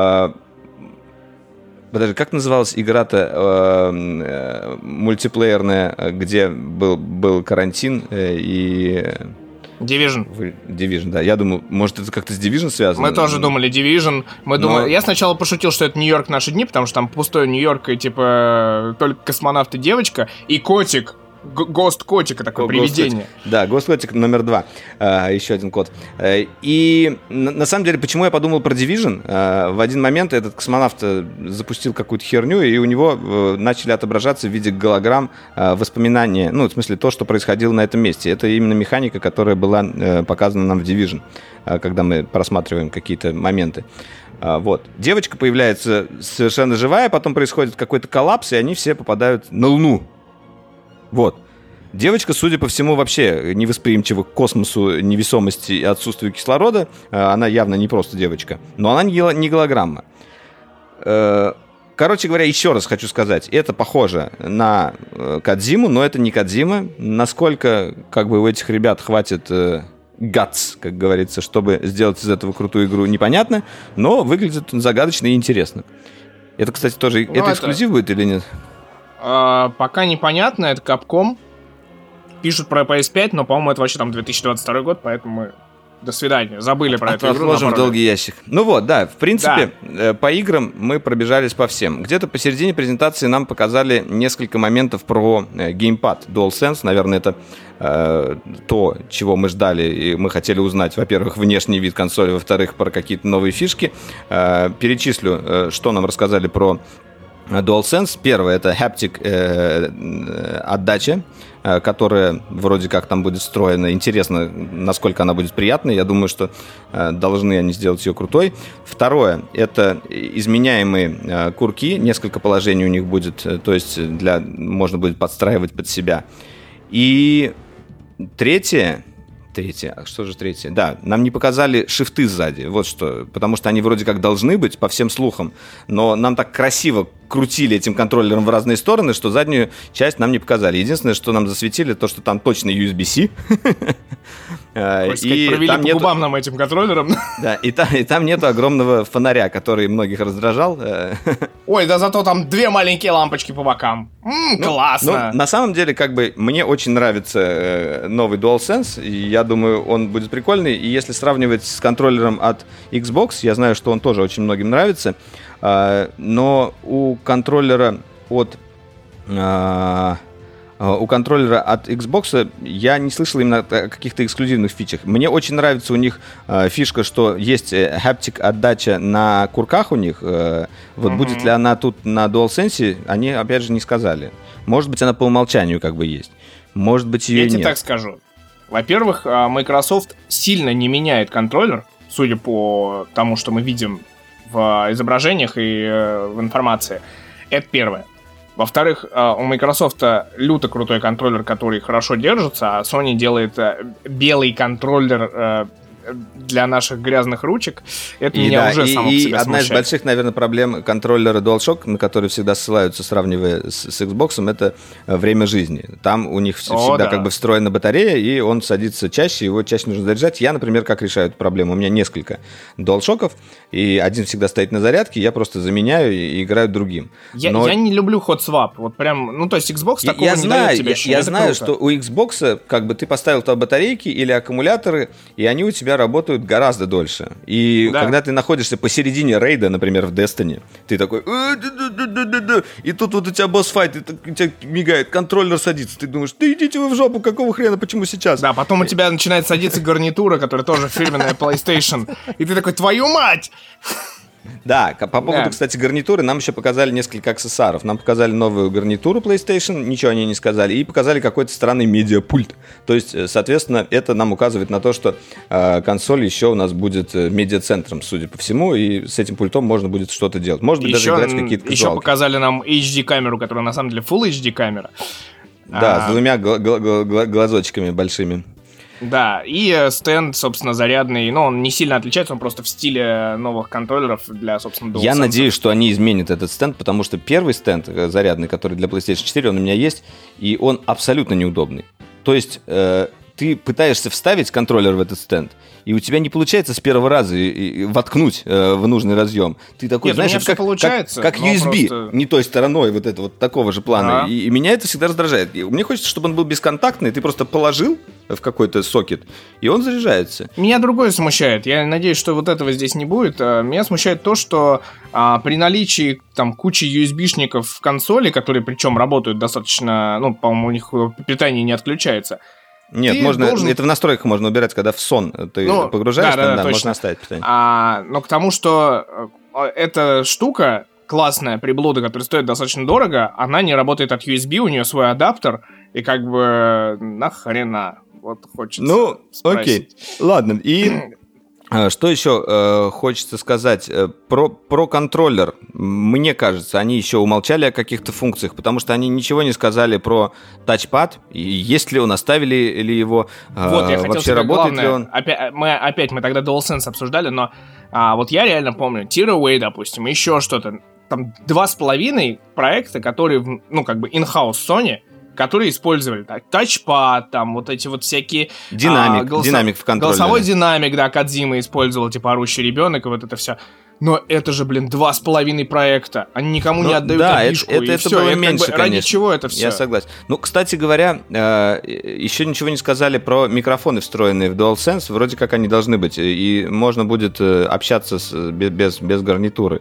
Подожди, как называлась игра-то мультиплеерная, где был карантин и... Division. Division, да. Я думаю, может, это как-то с Division связано? Мы тоже думали Division. Я сначала пошутил, что это Нью-Йорк наши дни, потому что там пустой Нью-Йорк, и типа только космонавт и девочка, и котик. Гост-котика, такое привидение. Да, Гост-котик номер 2. Еще один кот. И на самом деле, почему я подумал про Division? В один момент этот космонавт запустил какую-то херню, и у него начали отображаться в виде голограмм воспоминания, ну, в смысле, то, что происходило на этом месте. Это именно механика, которая была показана нам в Division, когда мы просматриваем какие-то моменты. Вот. Девочка появляется совершенно живая, потом происходит какой-то коллапс, и они все попадают на Луну. Вот. Девочка, судя по всему, вообще невосприимчива к космосу, невесомости и отсутствию кислорода. Она явно не просто девочка. Но она не голограмма. Короче говоря, еще раз хочу сказать. Это похоже на Кодзиму, но это не Кодзима. Насколько как бы у этих ребят хватит guts, как говорится, чтобы сделать из этого крутую игру, непонятно. Но выглядит загадочно и интересно. Это, кстати, тоже... Это эксклюзив будет или нет? Пока непонятно, это Capcom. Пишут про PS5, но, по-моему, это вообще там 2022 год, поэтому до свидания. Забыли про эту игру. Отложим в долгий ящик. Ну вот, да, в принципе, по играм мы пробежались по всем. Где-то посередине презентации нам показали несколько моментов про геймпад DualSense. Наверное, это то, чего мы ждали, и мы хотели узнать, во-первых, внешний вид консоли, во-вторых, про какие-то новые фишки. Перечислю, что нам рассказали про DualSense. Первое — это haptic отдача, которая вроде как там будет встроена. Интересно, насколько она будет приятной. Я думаю, что должны они сделать ее крутой. Второе — это изменяемые курки. Несколько положений у них будет, то есть можно будет подстраивать под себя. И третье, что же третье? Да, нам не показали шифты сзади, вот что, потому что они вроде как должны быть, по всем слухам, но нам так красиво крутили этим контроллером в разные стороны, что заднюю часть нам не показали. Единственное, что нам засветили, то, что там точно USB-C. И провели по губам нам этим контроллером. Да, и там нету огромного фонаря, который многих раздражал. Ой, да зато там две маленькие лампочки по бокам. Классно. На самом деле, как бы, мне очень нравится новый DualSense, и я думаю, он будет прикольный. И если сравнивать с контроллером от Xbox, я знаю, что он тоже очень многим нравится, но у контроллера от Xbox я не слышал именно о каких-то эксклюзивных фичах. Мне очень нравится у них фишка, что есть haptic отдача на курках у них. Вот будет ли она тут на DualSense, они опять же не сказали. Может быть, она по умолчанию как бы есть. Может быть, ее нет. Я тебе так скажу. Во-первых, Microsoft сильно не меняет контроллер, судя по тому, что мы видим в изображениях и в информации. Это первое. Во-вторых, у Microsoft люто крутой контроллер, который хорошо держится, а Sony делает белый контроллер для наших грязных ручек. Это меня уже само по себе смущает. Одна из больших, наверное, проблем контроллера DualShock, на которые всегда ссылаются, сравнивая с Xbox, это время жизни. Там у них всегда как бы встроена батарея, и он садится чаще, его чаще нужно заряжать. Я, например, как решаю эту проблему? У меня несколько DualShock'ов, и один всегда стоит на зарядке, я просто заменяю и играю другим. Я не люблю hot swap. Вот прям, ну, то есть Xbox такого не дает тебе. Я знаю, что у Xbox как бы ты поставил туда батарейки или аккумуляторы, и они у тебя работают гораздо дольше. И когда ты находишься посередине рейда, например, в Destiny, ты такой... И тут вот у тебя босс-файт, у тебя мигает, контроллер садится. Ты думаешь, да идите вы в жопу, какого хрена, почему сейчас? Да, потом у тебя начинает садиться гарнитура, которая тоже фирменная PlayStation. И ты такой, твою мать! Да, по поводу, кстати, гарнитуры, нам еще показали несколько аксессуаров. Нам показали новую гарнитуру PlayStation, ничего они не сказали, и показали какой-то странный медиапульт. То есть, соответственно, это нам указывает на то, что консоль еще у нас будет медиацентром, судя по всему, и с этим пультом можно будет что-то делать. Может быть, даже играть в какие-то казуалки. Еще показали нам HD-камеру, которая на самом деле Full HD-камера. Да, с двумя глазочками большими. Да, и стенд, собственно, зарядный, но он не сильно отличается, он просто в стиле новых контроллеров для, собственно, DualSense. Я надеюсь, что они изменят этот стенд, потому что первый стенд зарядный, который для PlayStation 4, он у меня есть, и он абсолютно неудобный. То есть ты пытаешься вставить контроллер в этот стенд, и у тебя не получается с первого раза воткнуть в нужный разъем. Ты такой, нет, знаешь, как USB, просто... не той стороной, вот это вот такого же плана. И меня это всегда раздражает. И мне хочется, чтобы он был бесконтактный, ты просто положил в какой-то сокет, и он заряжается. Меня другое смущает. Я надеюсь, что вот этого здесь не будет. Меня смущает то, что при наличии там кучи USB-шников в консоли, которые причем работают достаточно, ну, по-моему, у них питание не отключается. Нет, можно, это в настройках можно убирать, когда в сон ты погружаешься, можно оставить питание. Но к тому, что эта штука, классная приблуда, которая стоит достаточно дорого, она не работает от USB, у нее свой адаптер, и как бы нахрена, вот хочется спросить. Окей, ладно, и... Что еще хочется сказать про контроллер? Мне кажется, они еще умолчали о каких-то функциях, потому что они ничего не сказали про тачпад, и есть ли он, оставили ли его, вот, я вообще работает ли он. Мы тогда DualSense обсуждали, но вот я реально помню, Tearaway, допустим, еще что-то, там 2,5 проекта, которые, ну, как бы in-house Sony, которые использовали тачпад, там вот эти вот всякие... Динамик в контроллере. Голосовой динамик, да, Кодзима использовал, типа орущий ребенок и вот это все. Но это же, 2,5 проекта. Они никому не отдают обишку. Это было меньше, как бы, ради чего это все? Я согласен. Ну, кстати говоря, еще ничего не сказали про микрофоны, встроенные в DualSense. Вроде как они должны быть. И можно будет общаться без гарнитуры.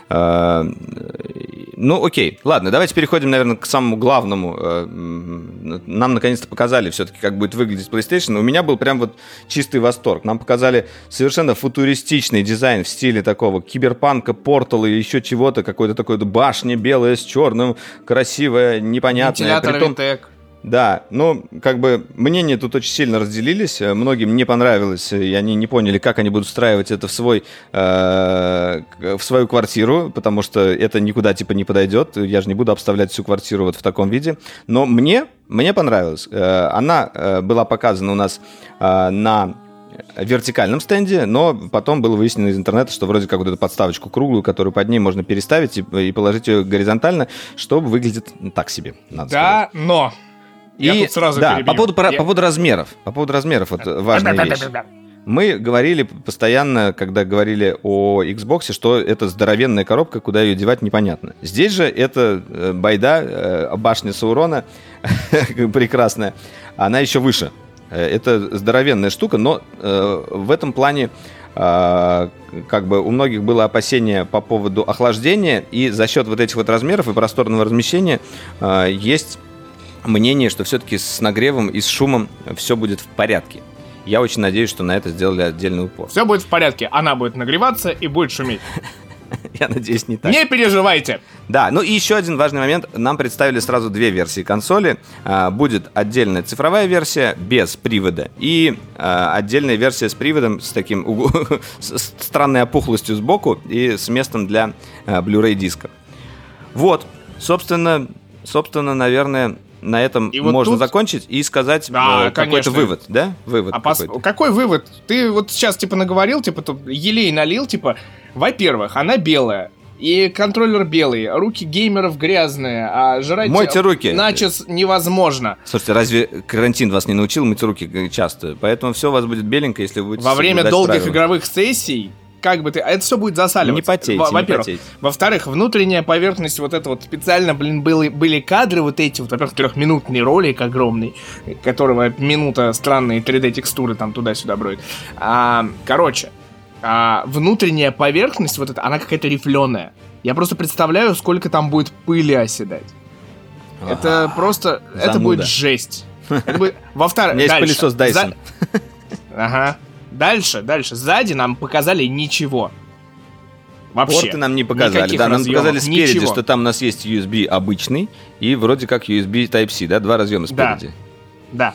Ну, окей. Ладно, давайте переходим, наверное, к самому главному. Нам наконец-то показали все-таки, как будет выглядеть PlayStation. У меня был прям вот чистый восторг. Нам показали совершенно футуристичный дизайн в стиле такого киберпанка, портала и еще чего-то. Какой-то такой башня белая с черным, красивая, непонятная. Вентилятор Vitec. Да, ну, как бы мнения тут очень сильно разделились. Многим не понравилось, и они не поняли, как они будут встраивать это в свою квартиру, потому что это никуда типа не подойдет. Я же не буду обставлять всю квартиру вот в таком виде. Но мне понравилось. Она была показана у нас на вертикальном стенде, но потом было выяснено из интернета, что вроде как вот эту подставочку круглую, которую под ней можно переставить и положить ее горизонтально, что выглядит так себе, надо сказать. Но... Я тут сразу перебью. По поводу размеров. По поводу размеров, вот важная вещь. Мы говорили постоянно, когда говорили о Xbox, что это здоровенная коробка, куда ее девать непонятно. Здесь же это байда, башня Саурона, прекрасная, она еще выше. Это здоровенная штука, но в этом плане как бы у многих было опасение по поводу охлаждения, и за счет вот этих вот размеров и просторного размещения есть мнение, что все-таки с нагревом и с шумом все будет в порядке. Я очень надеюсь, что на это сделали отдельный упор. Все будет в порядке, она будет нагреваться и будет шуметь. Я надеюсь, не так. Не переживайте. Да, ну и еще один важный момент. Нам представили сразу две версии консоли. Будет отдельная цифровая версия без привода и отдельная версия с приводом, с таким странной опухлостью сбоку и с местом для Blu-ray диска. Вот. собственно, наверное, на этом и вот можно тут... закончить и сказать какой-то вывод, да? Вывод какой вывод? Ты вот сейчас, типа, наговорил, типа, тут елей налил, типа, во-первых, она белая, и контроллер белый, руки геймеров грязные, а жрать мойте руки. начос невозможно. Слушайте, разве карантин вас не научил мыть руки часто? Поэтому все у вас будет беленько, если вы будете во время долгих правила. Игровых сессий, как бы ты... Это все будет засаливаться. Не потейте, во-первых. не потейте. Во-вторых, внутренняя поверхность вот это вот специально, были кадры вот эти вот, во-первых, 3-минутный ролик огромный, которого минута странные 3D-текстуры там туда-сюда бродят. Внутренняя поверхность вот эта, она какая-то рифленая. Я просто представляю, сколько там будет пыли оседать. Это просто... Зануда. Это будет жесть. Во-вторых, у меня есть пылесос Dyson. Ага. Дальше. Сзади нам показали ничего. Вообще. Порты нам не показали. Да, нам показали спереди, ничего. Что там у нас есть USB обычный и вроде как USB Type-C, да? 2 разъема спереди. Да.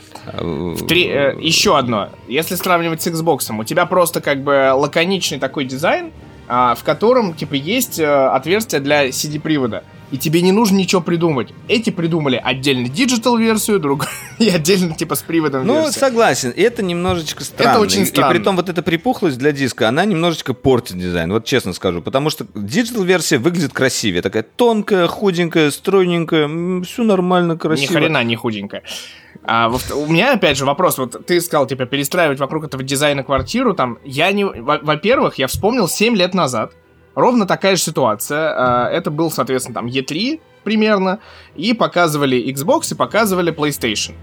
Еще одно. Если сравнивать с Xbox, у тебя просто как бы лаконичный такой дизайн, в котором типа есть отверстие для CD-привода. И тебе не нужно ничего придумывать. Эти придумали отдельно диджитал-версию, другую, и отдельно типа с приводом версию. Ну, согласен, это немножечко странно. Это очень странно. И притом вот эта припухлость для диска, она немножечко портит дизайн, вот честно скажу. Потому что диджитал-версия выглядит красивее. Такая тонкая, худенькая, стройненькая, все нормально, красиво. Ни хрена не худенькая. У меня, опять же, вопрос. Вот ты сказал, типа, перестраивать вокруг этого дизайна квартиру, там, во-первых, я вспомнил 7 лет назад, ровно такая же ситуация. Это был, соответственно, там, E3 примерно, и показывали Xbox, и показывали PlayStation.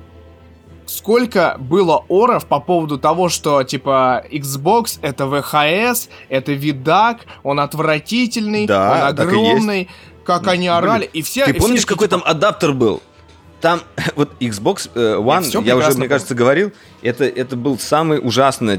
Сколько было оров по поводу того, что, типа, Xbox — это ВХС, это видак, он отвратительный, да, он огромный, как они орали, и все... Ты помнишь, какой там адаптер был? Там вот Xbox One, я уже, мне кажется, говорил, это был самый ужасный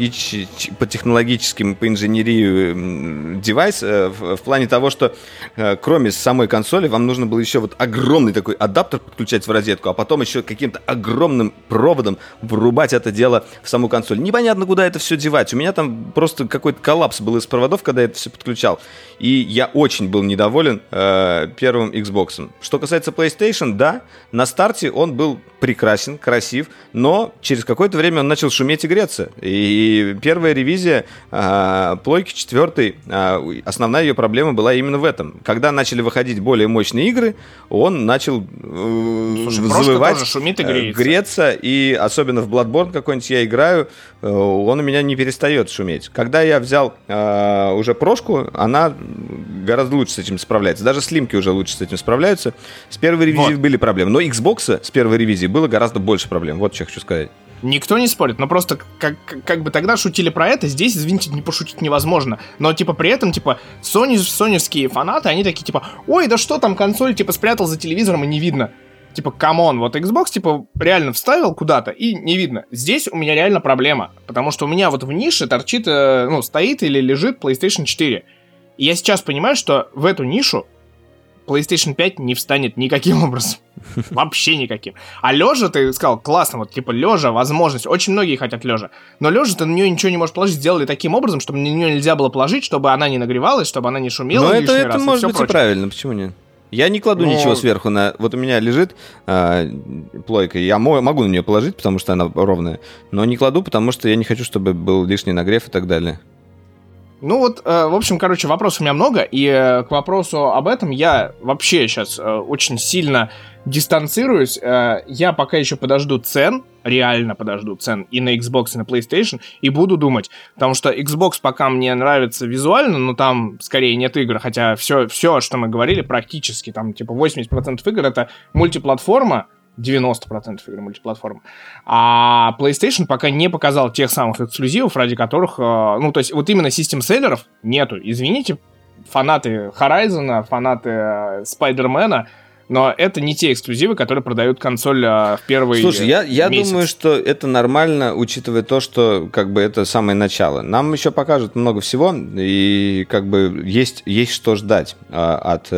по технологическим, по инженерии девайс в плане того, что кроме самой консоли вам нужно было еще вот огромный такой адаптер подключать в розетку, а потом еще каким-то огромным проводом врубать это дело в саму консоль. Непонятно, куда это все девать. У меня там просто какой-то коллапс был из проводов, когда я это все подключал. И я очень был недоволен первым Xbox. Что касается PlayStation, да, на старте он был прекрасен, красив, но через какое-то время он начал шуметь и греться. И первая ревизия плойки 4, основная ее проблема была именно в этом. Когда начали выходить более мощные игры, он начал взвывать, шумит и греться, и особенно в Bloodborne какой-нибудь я играю, он у меня не перестает шуметь. Когда я взял уже прошку, она гораздо лучше с этим справляется. Даже слимки уже лучше с этим справляются. С первой ревизии были проблемы. Но Xbox с первой ревизии было гораздо больше проблем. Вот что я хочу сказать. Никто не спорит, но просто как бы тогда шутили про это, здесь, извините, не пошутить невозможно. Но, типа, при этом, типа, соневские фанаты, они такие, типа, ой, да что там, консоль, типа, спрятал за телевизором и не видно. Типа, камон, вот Xbox, типа, реально вставил куда-то и не видно. Здесь у меня реально проблема, потому что у меня вот в нише торчит, стоит или лежит PlayStation 4. И я сейчас понимаю, что в эту нишу PlayStation 5 не встанет никаким образом. Вообще никаким. А лежа, ты сказал, классно, вот типа лежа, возможность. Очень многие хотят лежа. Но лежа ты на нее ничего не можешь положить. Сделали таким образом, чтобы на нее нельзя было положить, чтобы она не нагревалась, чтобы она не шумела. Но это может быть прочее. И правильно, почему нет? Я не кладу ничего сверху на... Вот у меня лежит плойка, я могу на нее положить, потому что она ровная, но не кладу, потому что я не хочу, чтобы был лишний нагрев и так далее. Ну вот, в общем, короче, вопросов у меня много, и к вопросу об этом я вообще сейчас очень сильно дистанцируюсь. Я пока еще подожду цен, реально подожду цен и на Xbox, и на PlayStation, и буду думать, потому что Xbox пока мне нравится визуально, но там скорее нет игр, хотя все, что мы говорили, практически, там типа 80% игр это мультиплатформа, 90% игр мультиплатформ. А PlayStation пока не показал тех самых эксклюзивов, ради которых... то есть вот именно систем-селлеров нету. Извините, фанаты Horizon, фанаты Spider-Man, но это не те эксклюзивы, которые продают консоль в первый месяц. Слушай, я думаю, что это нормально, учитывая то, что как бы это самое начало. Нам еще покажут много всего, и как бы есть что ждать от...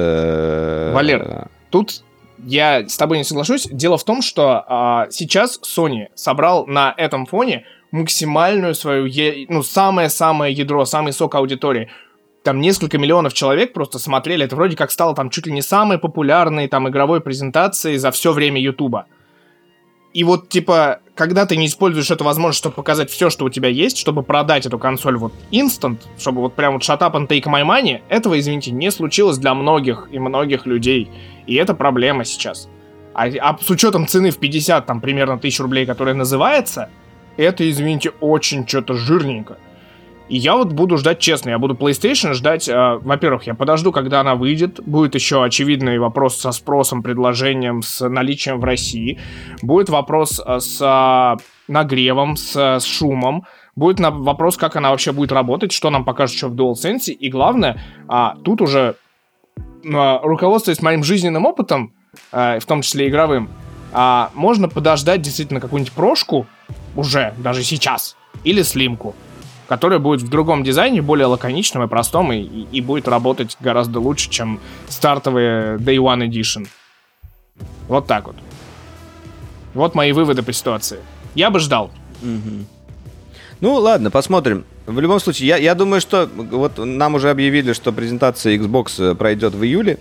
Валер, тут... Я с тобой не соглашусь. Дело в том, что сейчас Sony собрал на этом фоне максимальную свою, самое-самое ядро, самый сок аудитории. там несколько миллионов человек просто смотрели. Это вроде как стало там чуть ли не самой популярной там игровой презентацией за все время Ютуба. И вот, типа, когда ты не используешь эту возможность, чтобы показать все, что у тебя есть, чтобы продать эту консоль вот instant, чтобы вот прям вот shut up and take my money, этого, извините, не случилось для многих и многих людей. И это проблема сейчас. А с учетом цены в 50, там, примерно 1000 рублей, которая называется, это, извините, очень что-то жирненько. И я вот буду ждать, честно, я буду PlayStation ждать, во-первых, я подожду, когда она выйдет, будет еще очевидный вопрос со спросом, предложением, с наличием в России, будет вопрос с нагревом, с шумом, будет вопрос, как она вообще будет работать, что нам покажут еще в DualSense, и главное, тут уже, руководствуясь моим жизненным опытом, в том числе игровым, можно подождать действительно какую-нибудь прошку, уже, даже сейчас, или слимку, которая будет в другом дизайне, более лаконичном и простом, и будет работать гораздо лучше, чем стартовые Day One Edition. Вот так вот. Вот мои выводы по ситуации. Я бы ждал. Угу. Ну, ладно, посмотрим. В любом случае, я думаю, что вот нам уже объявили, что презентация Xbox пройдет в июле,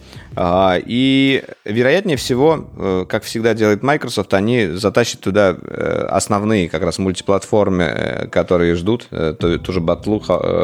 и, вероятнее всего, как всегда делает Microsoft, они затащат туда основные как раз мультиплатформы, которые ждут, ту же Батлу,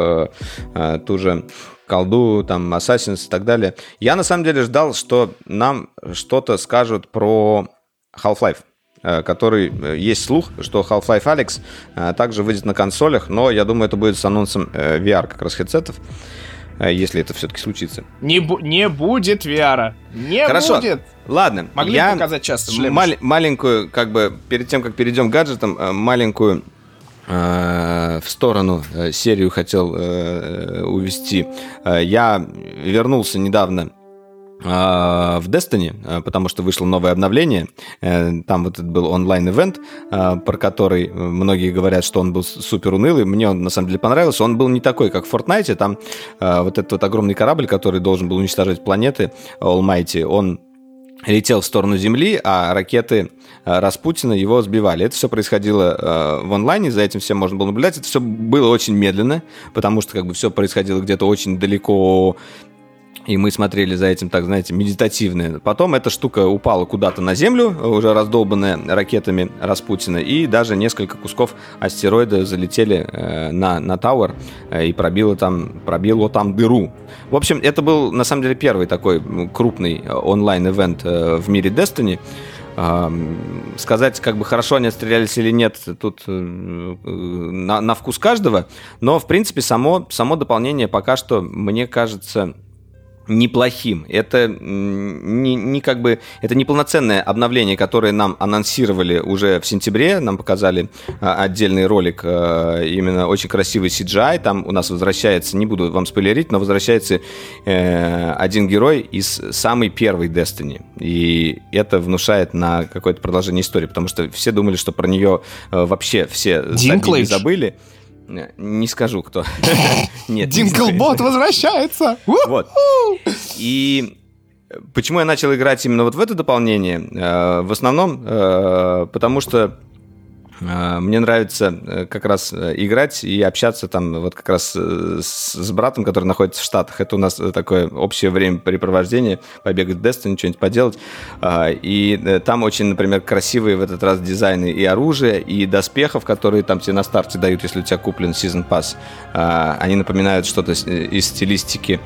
ту же колду, там, Assassin's и так далее. Я, на самом деле, ждал, что нам что-то скажут про Half-Life, который есть слух, что Half-Life Alyx также выйдет на консолях, но я думаю, это будет с анонсом VR как раз хедсетов, если это все-таки случится. Не будет VR. Хорошо. Будет. Ладно. Могли бы показать часто шлемы. Маленькую, как бы, перед тем, как перейдем к гаджетам, маленькую в сторону серию хотел увести. Я вернулся недавно в Destiny, потому что вышло новое обновление. Там вот этот был онлайн-ивент, про который многие говорят, что он был супер унылый. Мне он на самом деле понравился. Он был не такой, как в Fortnite. Там вот этот вот огромный корабль, который должен был уничтожать планеты, Almighty, он летел в сторону Земли, а ракеты Распутина его сбивали. Это все происходило в онлайне, за этим всем можно было наблюдать. Это все было очень медленно, потому что как бы все происходило где-то очень далеко, и мы смотрели за этим, так, знаете, медитативно. Потом эта штука упала куда-то на Землю, уже раздолбанная ракетами Распутина, и даже несколько кусков астероида залетели на Тауэр и пробило там дыру. В общем, это был, на самом деле, первый такой крупный онлайн-ивент в мире Destiny. Сказать, как бы хорошо они отстрелялись или нет, тут на вкус каждого. Но, в принципе, само дополнение пока что, мне кажется, неплохим. Это не как бы, это не полноценное обновление, которое нам анонсировали уже в сентябре. Нам показали отдельный ролик, именно очень красивый CGI. Там у нас возвращается, не буду вам спойлерить, но возвращается один герой из самой первой Destiny. И это внушает на какое-то продолжение истории, потому что все думали, что про нее вообще все забыли. Не скажу, кто. Нет. Динклбот возвращается! Вот. И почему я начал играть именно вот в это дополнение? В основном потому что мне нравится как раз играть и общаться там вот как раз с братом, который находится в Штатах. Это у нас такое общее времяпрепровождение, побегать в Destiny, что-нибудь поделать. И там очень, например, красивые в этот раз дизайны и оружия, и доспехов, которые там тебе на старте дают, если у тебя куплен Season Pass. Они напоминают что-то из стилистики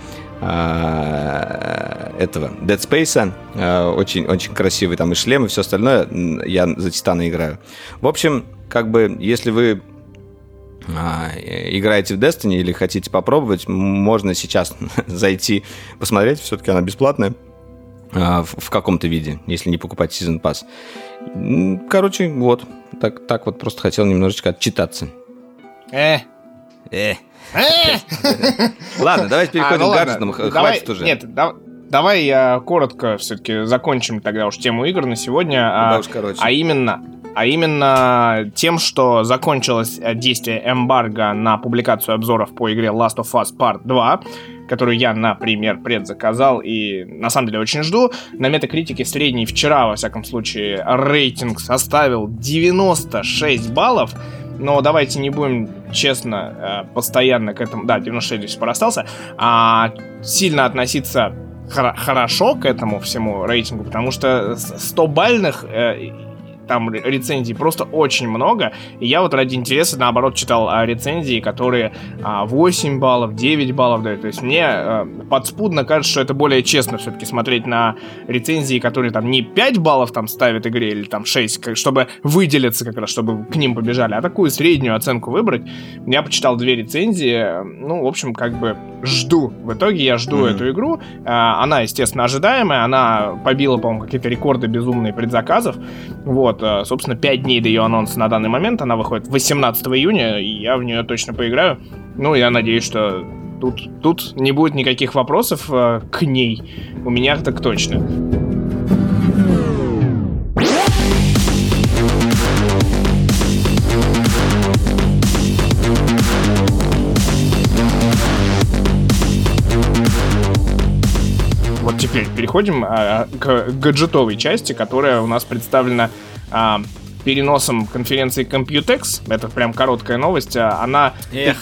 этого Dead Space, очень, очень красивый там и шлем, и все остальное. Я за Титана играю. В общем, как бы, если вы играете в Destiny или хотите попробовать, можно сейчас зайти посмотреть, все-таки она бесплатная в каком-то виде, если не покупать Season Pass. Короче, вот, так вот просто хотел немножечко отчитаться. Ладно, давайте переходим к гаджетам. Хватит уже. Нет, давай я коротко все-таки закончим тогда уж тему игр на сегодня. А именно тем, что закончилось действие эмбарго на публикацию обзоров по игре Last of Us Part 2, которую я, например, предзаказал и на самом деле очень жду. На Metacritic средний вчера, во всяком случае, рейтинг составил 96 баллов. но давайте не будем честно, постоянно к этому, да, 96 до сих пор остался, сильно относиться хорошо к этому всему рейтингу, потому что 100-бальных там рецензий просто очень много, и я вот ради интереса, наоборот, читал рецензии, которые 8 баллов, 9 баллов дают, то есть мне подспудно кажется, что это более честно все-таки смотреть на рецензии, которые там не 5 баллов там ставят игре, или там 6, чтобы выделиться как раз, чтобы к ним побежали, а такую среднюю оценку выбрать. Я почитал 2 рецензии, ну, в общем, как бы жду, в итоге я жду эту игру, она, естественно, ожидаемая, она побила, по-моему, какие-то рекорды безумные предзаказов, вот, собственно, 5 дней до ее анонса на данный момент. Она выходит 18 июня, и я в нее точно поиграю. Ну, я надеюсь, что тут не будет никаких вопросов к ней. У меня так точно. Вот теперь переходим к гаджетовой части, которая у нас представлена переносом конференции Computex. Это прям короткая новость. Она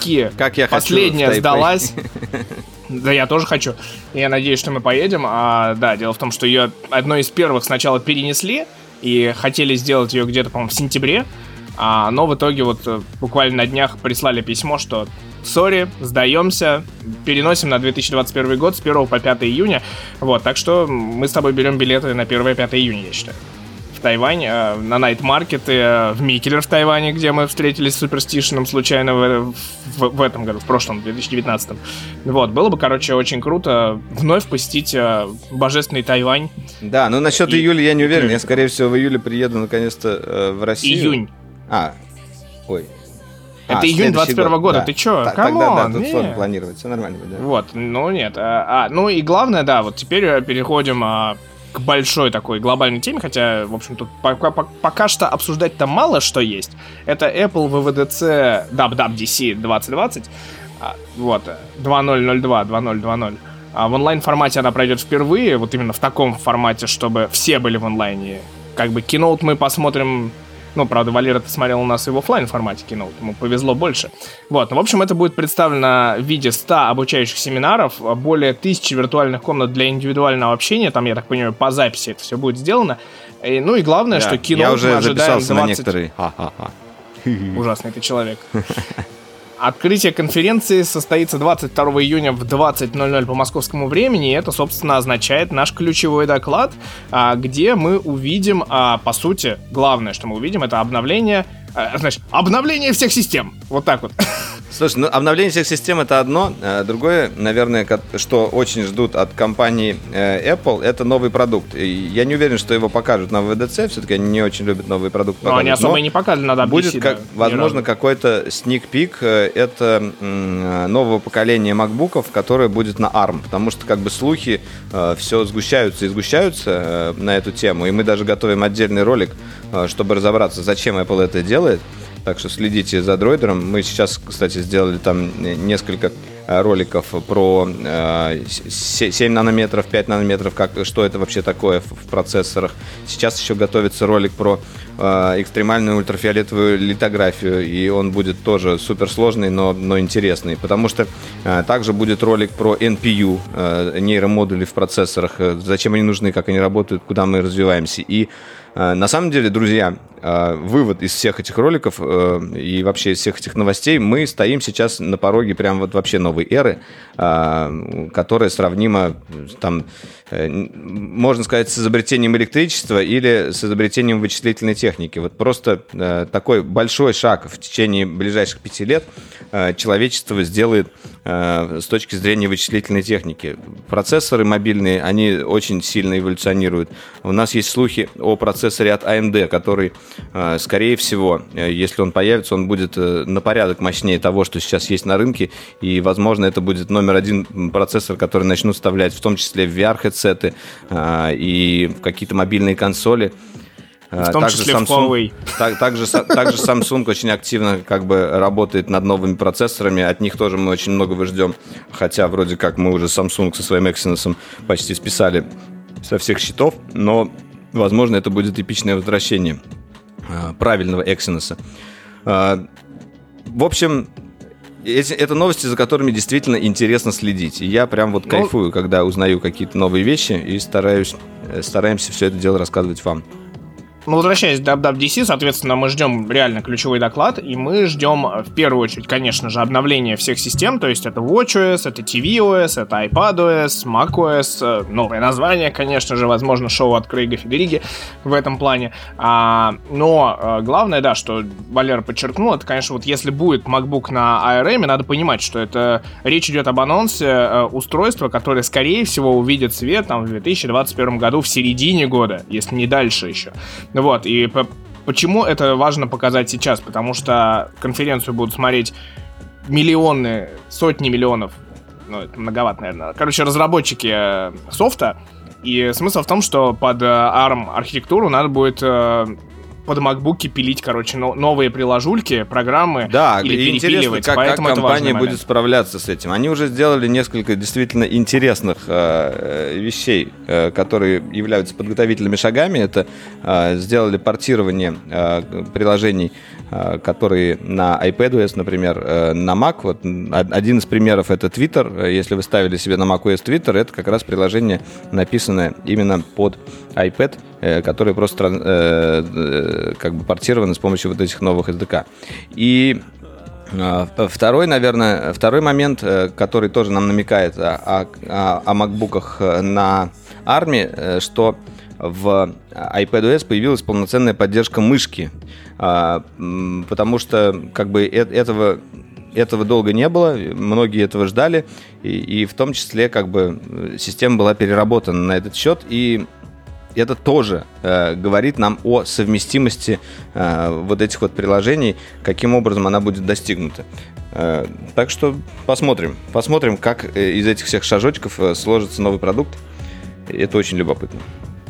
последняя сдалась. Да, я тоже хочу. Я надеюсь, что мы поедем. Да, дело в том, что ее одной из первых сначала перенесли и хотели сделать ее где-то, по-моему, в сентябре. Но в итоге вот буквально на днях прислали письмо, что сори, сдаемся, переносим на 2021 год с 1 по 5 июня. Вот, так что мы с тобой берем билеты на 1 и 5 июня, я считаю. В Тайвань, на Night Market и в Микелер в Тайване, где мы встретились с Суперстишеном случайно в этом году, в прошлом, 2019. Вот, было бы, короче, очень круто вновь посетить божественный Тайвань. Да, но насчет июля я не уверен. Я, скорее всего, в июле приеду наконец-то в Россию. Июнь. Ой. Это июнь 21 года, да. Ты чё? Тогда тут сложно планировать, все нормально. Да. Вот, ну нет. Ну и главное, да, вот теперь переходим к большой такой глобальной теме, хотя, в общем, тут пока что обсуждать-то мало что есть. Это Apple WWDC WWDC 2020, вот, 2.0.02, 2.0.2.0. В онлайн-формате она пройдет впервые, вот именно в таком формате, чтобы все были в онлайне. Как бы Keynote мы посмотрим. Ну, правда, Валера-то смотрел у нас и в офлайн формате Keynote, ему повезло больше. Вот, ну, в общем, это будет представлено в виде 100 обучающих семинаров, более 1000 виртуальных комнат для индивидуального общения, там, я так понимаю, по записи это все будет сделано. Ну и главное, что Keynote я уже мы ожидаем записался 20... на некоторые. Ужасный ты человек. Открытие конференции состоится 22 июня в 20:00 по московскому времени, и это, собственно, означает наш ключевой доклад, где мы увидим, по сути, главное, что мы увидим, это обновление всех систем. Вот так вот. Слушай, ну обновление всех систем — это одно. Другое, наверное, что очень ждут от компании Apple, это новый продукт. И я не уверен, что его покажут на WWDC, все-таки они не очень любят новые продукты. Но они особо и не показывали на WWDC. Будет, возможно, какой-то sneak peek, это нового поколения MacBook'ов, которое будет на ARM, потому что как бы слухи все сгущаются и сгущаются на эту тему, и мы даже готовим отдельный ролик, чтобы разобраться, зачем Apple это делает. Так что следите за дроидером. Мы сейчас, кстати, сделали там несколько роликов про 7 нанометров, 5 нанометров, что это вообще такое в процессорах. Сейчас еще готовится ролик про экстремальную ультрафиолетовую литографию, и он будет тоже суперсложный, но интересный, потому что также будет ролик про NPU, нейромодули в процессорах, зачем они нужны, как они работают, куда мы развиваемся. И на самом деле, друзья, вывод из всех этих роликов и вообще из всех этих новостей: мы стоим сейчас на пороге прям вот вообще новой эры, которая сравнима, там, можно сказать, с изобретением электричества или с изобретением вычислительной техники. Вот просто такой большой шаг в течение ближайших 5 лет человечество сделает с точки зрения вычислительной техники. Процессоры мобильные, они очень сильно эволюционируют. У нас есть слухи о процессоре от AMD, который, скорее всего, если он появится, он будет на порядок мощнее того, что сейчас есть на рынке, и, возможно, это будет номер один процессор, который начнут вставлять в том числе в VR-хедсеты и в какие-то мобильные консоли. В том числе в Huawei. Также Samsung очень активно как бы работает над новыми процессорами. От них тоже мы очень многого ждем. Хотя вроде как мы уже Samsung со своим Exynos почти списали со всех счетов. Но, возможно, это будет эпичное возвращение правильного Exynos. В общем, это новости, за которыми действительно интересно следить. И я прям вот кайфую, когда узнаю какие-то новые вещи, и стараемся все это дело рассказывать вам. Ну, возвращаясь к WWDC, соответственно, мы ждем реально ключевой доклад, и мы ждем, в первую очередь, конечно же, обновления всех систем, то есть это WatchOS, это tvOS, это iPadOS, macOS, новое название, конечно же, возможно, шоу от Крейга Федериги в этом плане. Но главное, да, что Валера подчеркнул, это, конечно, вот если будет MacBook на ARM, надо понимать, что это речь идет об анонсе устройства, которое, скорее всего, увидит свет там в 2021 году, в середине года, если не дальше еще. Вот, и почему это важно показать сейчас? Потому что конференцию будут смотреть миллионы, сотни миллионов, ну, это многовато, наверное. Короче, разработчики софта, и смысл в том, что под ARM-архитектуру надо будет под MacBook'и пилить, короче, новые приложульки, программы, да, или перепиливать. Интересно, как компания будет справляться с этим. Они уже сделали несколько действительно интересных вещей, которые являются подготовительными шагами. Это сделали портирование приложений, которые на iPadOS, например, на Mac. Вот один из примеров — это Twitter. Если вы ставили себе на macOS Twitter, это как раз приложение, написанное именно под iPad, которые просто как бы портированы с помощью вот этих новых SDK. И второй момент, который тоже нам намекает о MacBook'ах на ARM, что в iPadOS появилась полноценная поддержка мышки, потому что как бы этого долго не было, многие этого ждали, и в том числе как бы система была переработана на этот счет, и это тоже говорит нам о совместимости вот этих вот приложений, каким образом она будет достигнута. Так что посмотрим, как из этих всех шажочков сложится новый продукт. Это очень любопытно.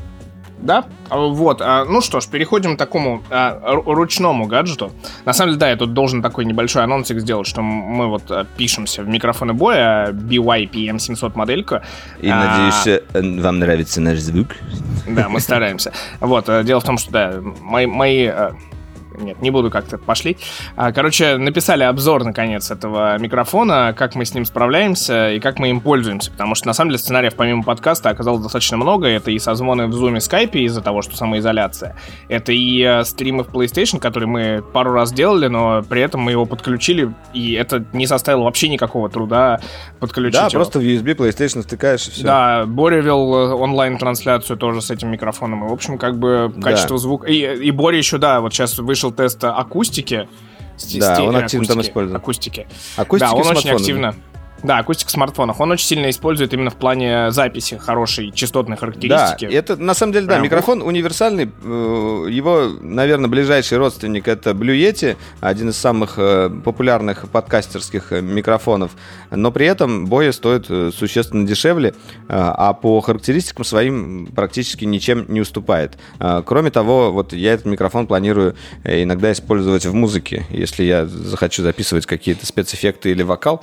Да, вот, ну что ж, переходим к такому ручному гаджету. На самом деле, да, я тут должен такой небольшой анонсик сделать, что мы вот пишемся в микрофоны боя, BYPM700 моделька. И надеюсь, вам нравится наш звук. Да, мы стараемся. Вот, дело в том, что, да, мои Нет, не буду как-то, пошли. Короче, написали обзор, наконец, этого микрофона, как мы с ним справляемся и как мы им пользуемся, потому что, на самом деле, сценариев помимо подкаста оказалось достаточно много. Это и созвоны в Zoom и Skype из-за того, что самоизоляция. Это и стримы в PlayStation, которые мы пару раз делали, но при этом мы его подключили, и это не составило вообще никакого труда подключить его. Да, просто в USB PlayStation втыкаешь и все. Да, Боря вел онлайн-трансляцию тоже с этим микрофоном, и, в общем, как бы качество звука... И Боря еще, да, вот сейчас вышел тест акустики. Да, он активно там использует. Акустики. Да, он очень активно. Да, акустика в смартфонах. Он очень сильно использует именно в плане записи хорошей частотной характеристики. Да, это на самом деле, да, микрофон универсальный. Его, наверное, ближайший родственник — это Blue Yeti, один из самых популярных подкастерских микрофонов. Но при этом Боя стоит существенно дешевле, а по характеристикам своим практически ничем не уступает. Кроме того, вот я этот микрофон планирую иногда использовать в музыке. Если я захочу записывать какие-то спецэффекты или вокал,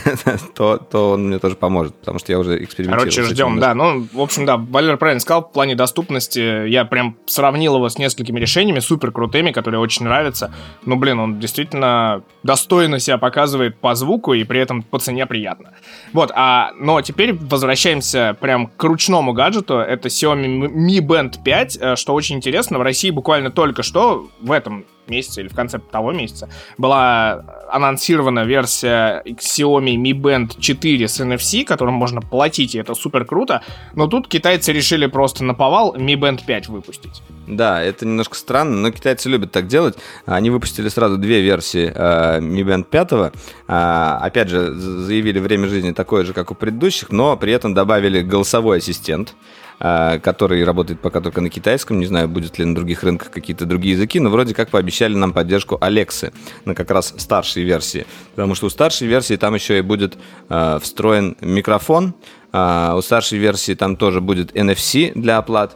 то он мне тоже поможет, потому что я уже экспериментирую. Короче, ждем, да. Ну, в общем, да, Валер правильно сказал, в плане доступности я прям сравнил его с несколькими решениями, супер крутыми, которые очень нравятся. Ну, блин, он действительно достойно себя показывает по звуку и при этом по цене приятно. Вот, но теперь возвращаемся прям к ручному гаджету. Это Xiaomi Mi Band 5, что очень интересно. В России буквально только что в этом месяце или в конце того месяца была анонсирована версия Xiaomi Mi Band 4 с NFC, которым можно платить, и это супер круто. Но тут китайцы решили просто наповал Mi Band 5 выпустить. Да, это немножко странно, но китайцы любят так делать. Они выпустили сразу две версии Mi Band 5. Опять же, заявили время жизни такое же, как у предыдущих, но при этом добавили голосовой ассистент, который работает пока только на китайском. Не знаю, будет ли на других рынках какие-то другие языки, но вроде как пообещали нам поддержку Алексы на как раз старшей версии. Потому что у старшей версии там еще и будет встроен микрофон, у старшей версии там тоже будет NFC для оплат,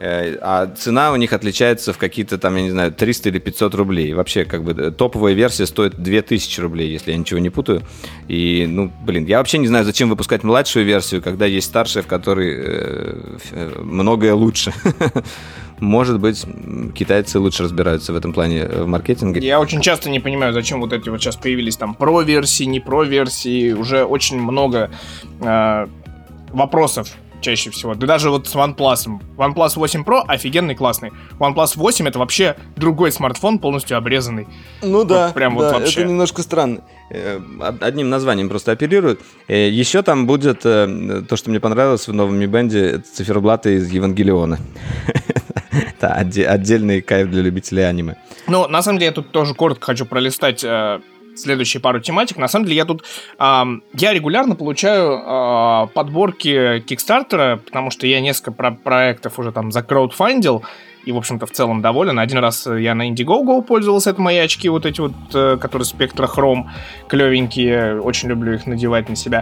а цена у них отличается в какие-то там, я не знаю, 300 или 500 рублей. Вообще, как бы, топовая версия стоит 2000 рублей, если я ничего не путаю. И, ну, блин, я вообще не знаю, зачем выпускать младшую версию, когда есть старшая, в которой многое лучше. может быть, китайцы лучше разбираются в этом плане в маркетинге. Я очень часто не понимаю, зачем вот эти вот сейчас появились там про-версии, не про-версии. Уже очень много вопросов чаще всего. Да даже вот с OnePlus. OnePlus 8 Pro офигенный, классный. OnePlus 8 это вообще другой смартфон, полностью обрезанный. Ну да, вот прям да, вот вообще. Это немножко странно. Одним названием просто оперируют. Еще там будет то, что мне понравилось в новом Mi Band, это циферблаты из Евангелиона. Это отдельный кайф для любителей аниме. Ну, на самом деле, я тут тоже коротко хочу пролистать следующие пару тематик. На самом деле, я регулярно получаю подборки Кикстартера, потому что я несколько проектов уже там закраудфандил, и, в общем-то, в целом доволен. Один раз я на Indiegogo пользовался, это мои очки вот эти вот, которые Spectra Chrome, клевенькие, очень люблю их надевать на себя.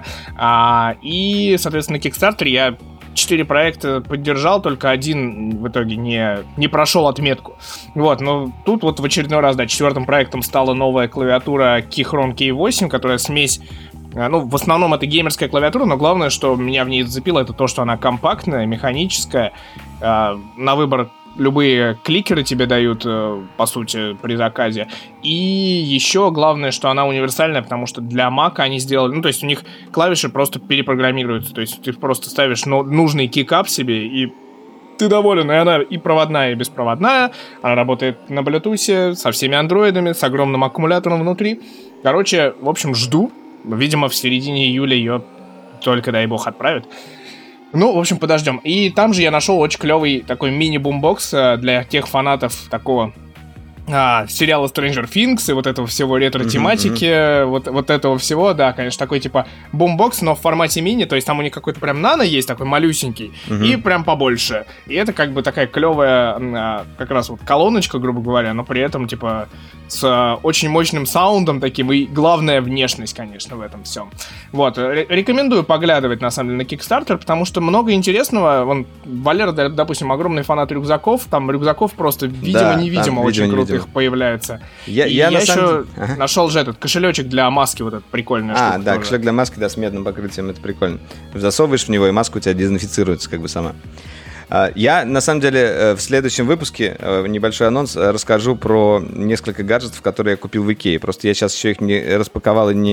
И, соответственно, на Kickstarter я 4 проекта поддержал, только один в итоге не прошел отметку. Вот, но тут вот в очередной раз, да, 4-м проектом стала новая клавиатура Keychron K8, которая смесь. Ну, в основном это геймерская клавиатура, но главное, что меня в ней зацепило, это то, что она компактная, механическая, на выбор любые кликеры тебе дают, по сути, при заказе. И еще главное, что она универсальная, потому что для Mac они сделали... Ну, то есть у них клавиши просто перепрограммируются. То есть ты просто ставишь нужный кикап себе, и ты доволен. И она и проводная, и беспроводная. Она работает на Bluetooth, со всеми андроидами, с огромным аккумулятором внутри. Короче, в общем, жду. Видимо, в середине июля ее только, дай бог, отправят. Ну, в общем, подождем. И там же я нашел очень клевый такой мини-бумбокс для тех фанатов такого сериала Stranger Things и вот этого всего ретро-тематики, вот этого всего, да, конечно, такой типа бумбокс, но в формате мини, то есть там у них какой-то прям нано есть, такой малюсенький, и прям побольше. И это как бы такая клевая как раз вот колоночка, грубо говоря, но при этом типа с очень мощным саундом таким, и главная внешность, конечно, в этом всем. Вот, рекомендую поглядывать, на самом деле, на Kickstarter, потому что много интересного. Валера, допустим, огромный фанат рюкзаков, там рюкзаков просто видимо-невидимо очень крутых появляется. Я еще нашел же этот кошелечек для маски, вот этот прикольный. Да, тоже. Кошелек для маски, да, с медным покрытием, это прикольно. Засовываешь в него, и маска у тебя дезинфицируется как бы сама. Я, на самом деле, в следующем выпуске, небольшой анонс, расскажу про несколько гаджетов, которые я купил в Икее. Просто я сейчас еще их не распаковал и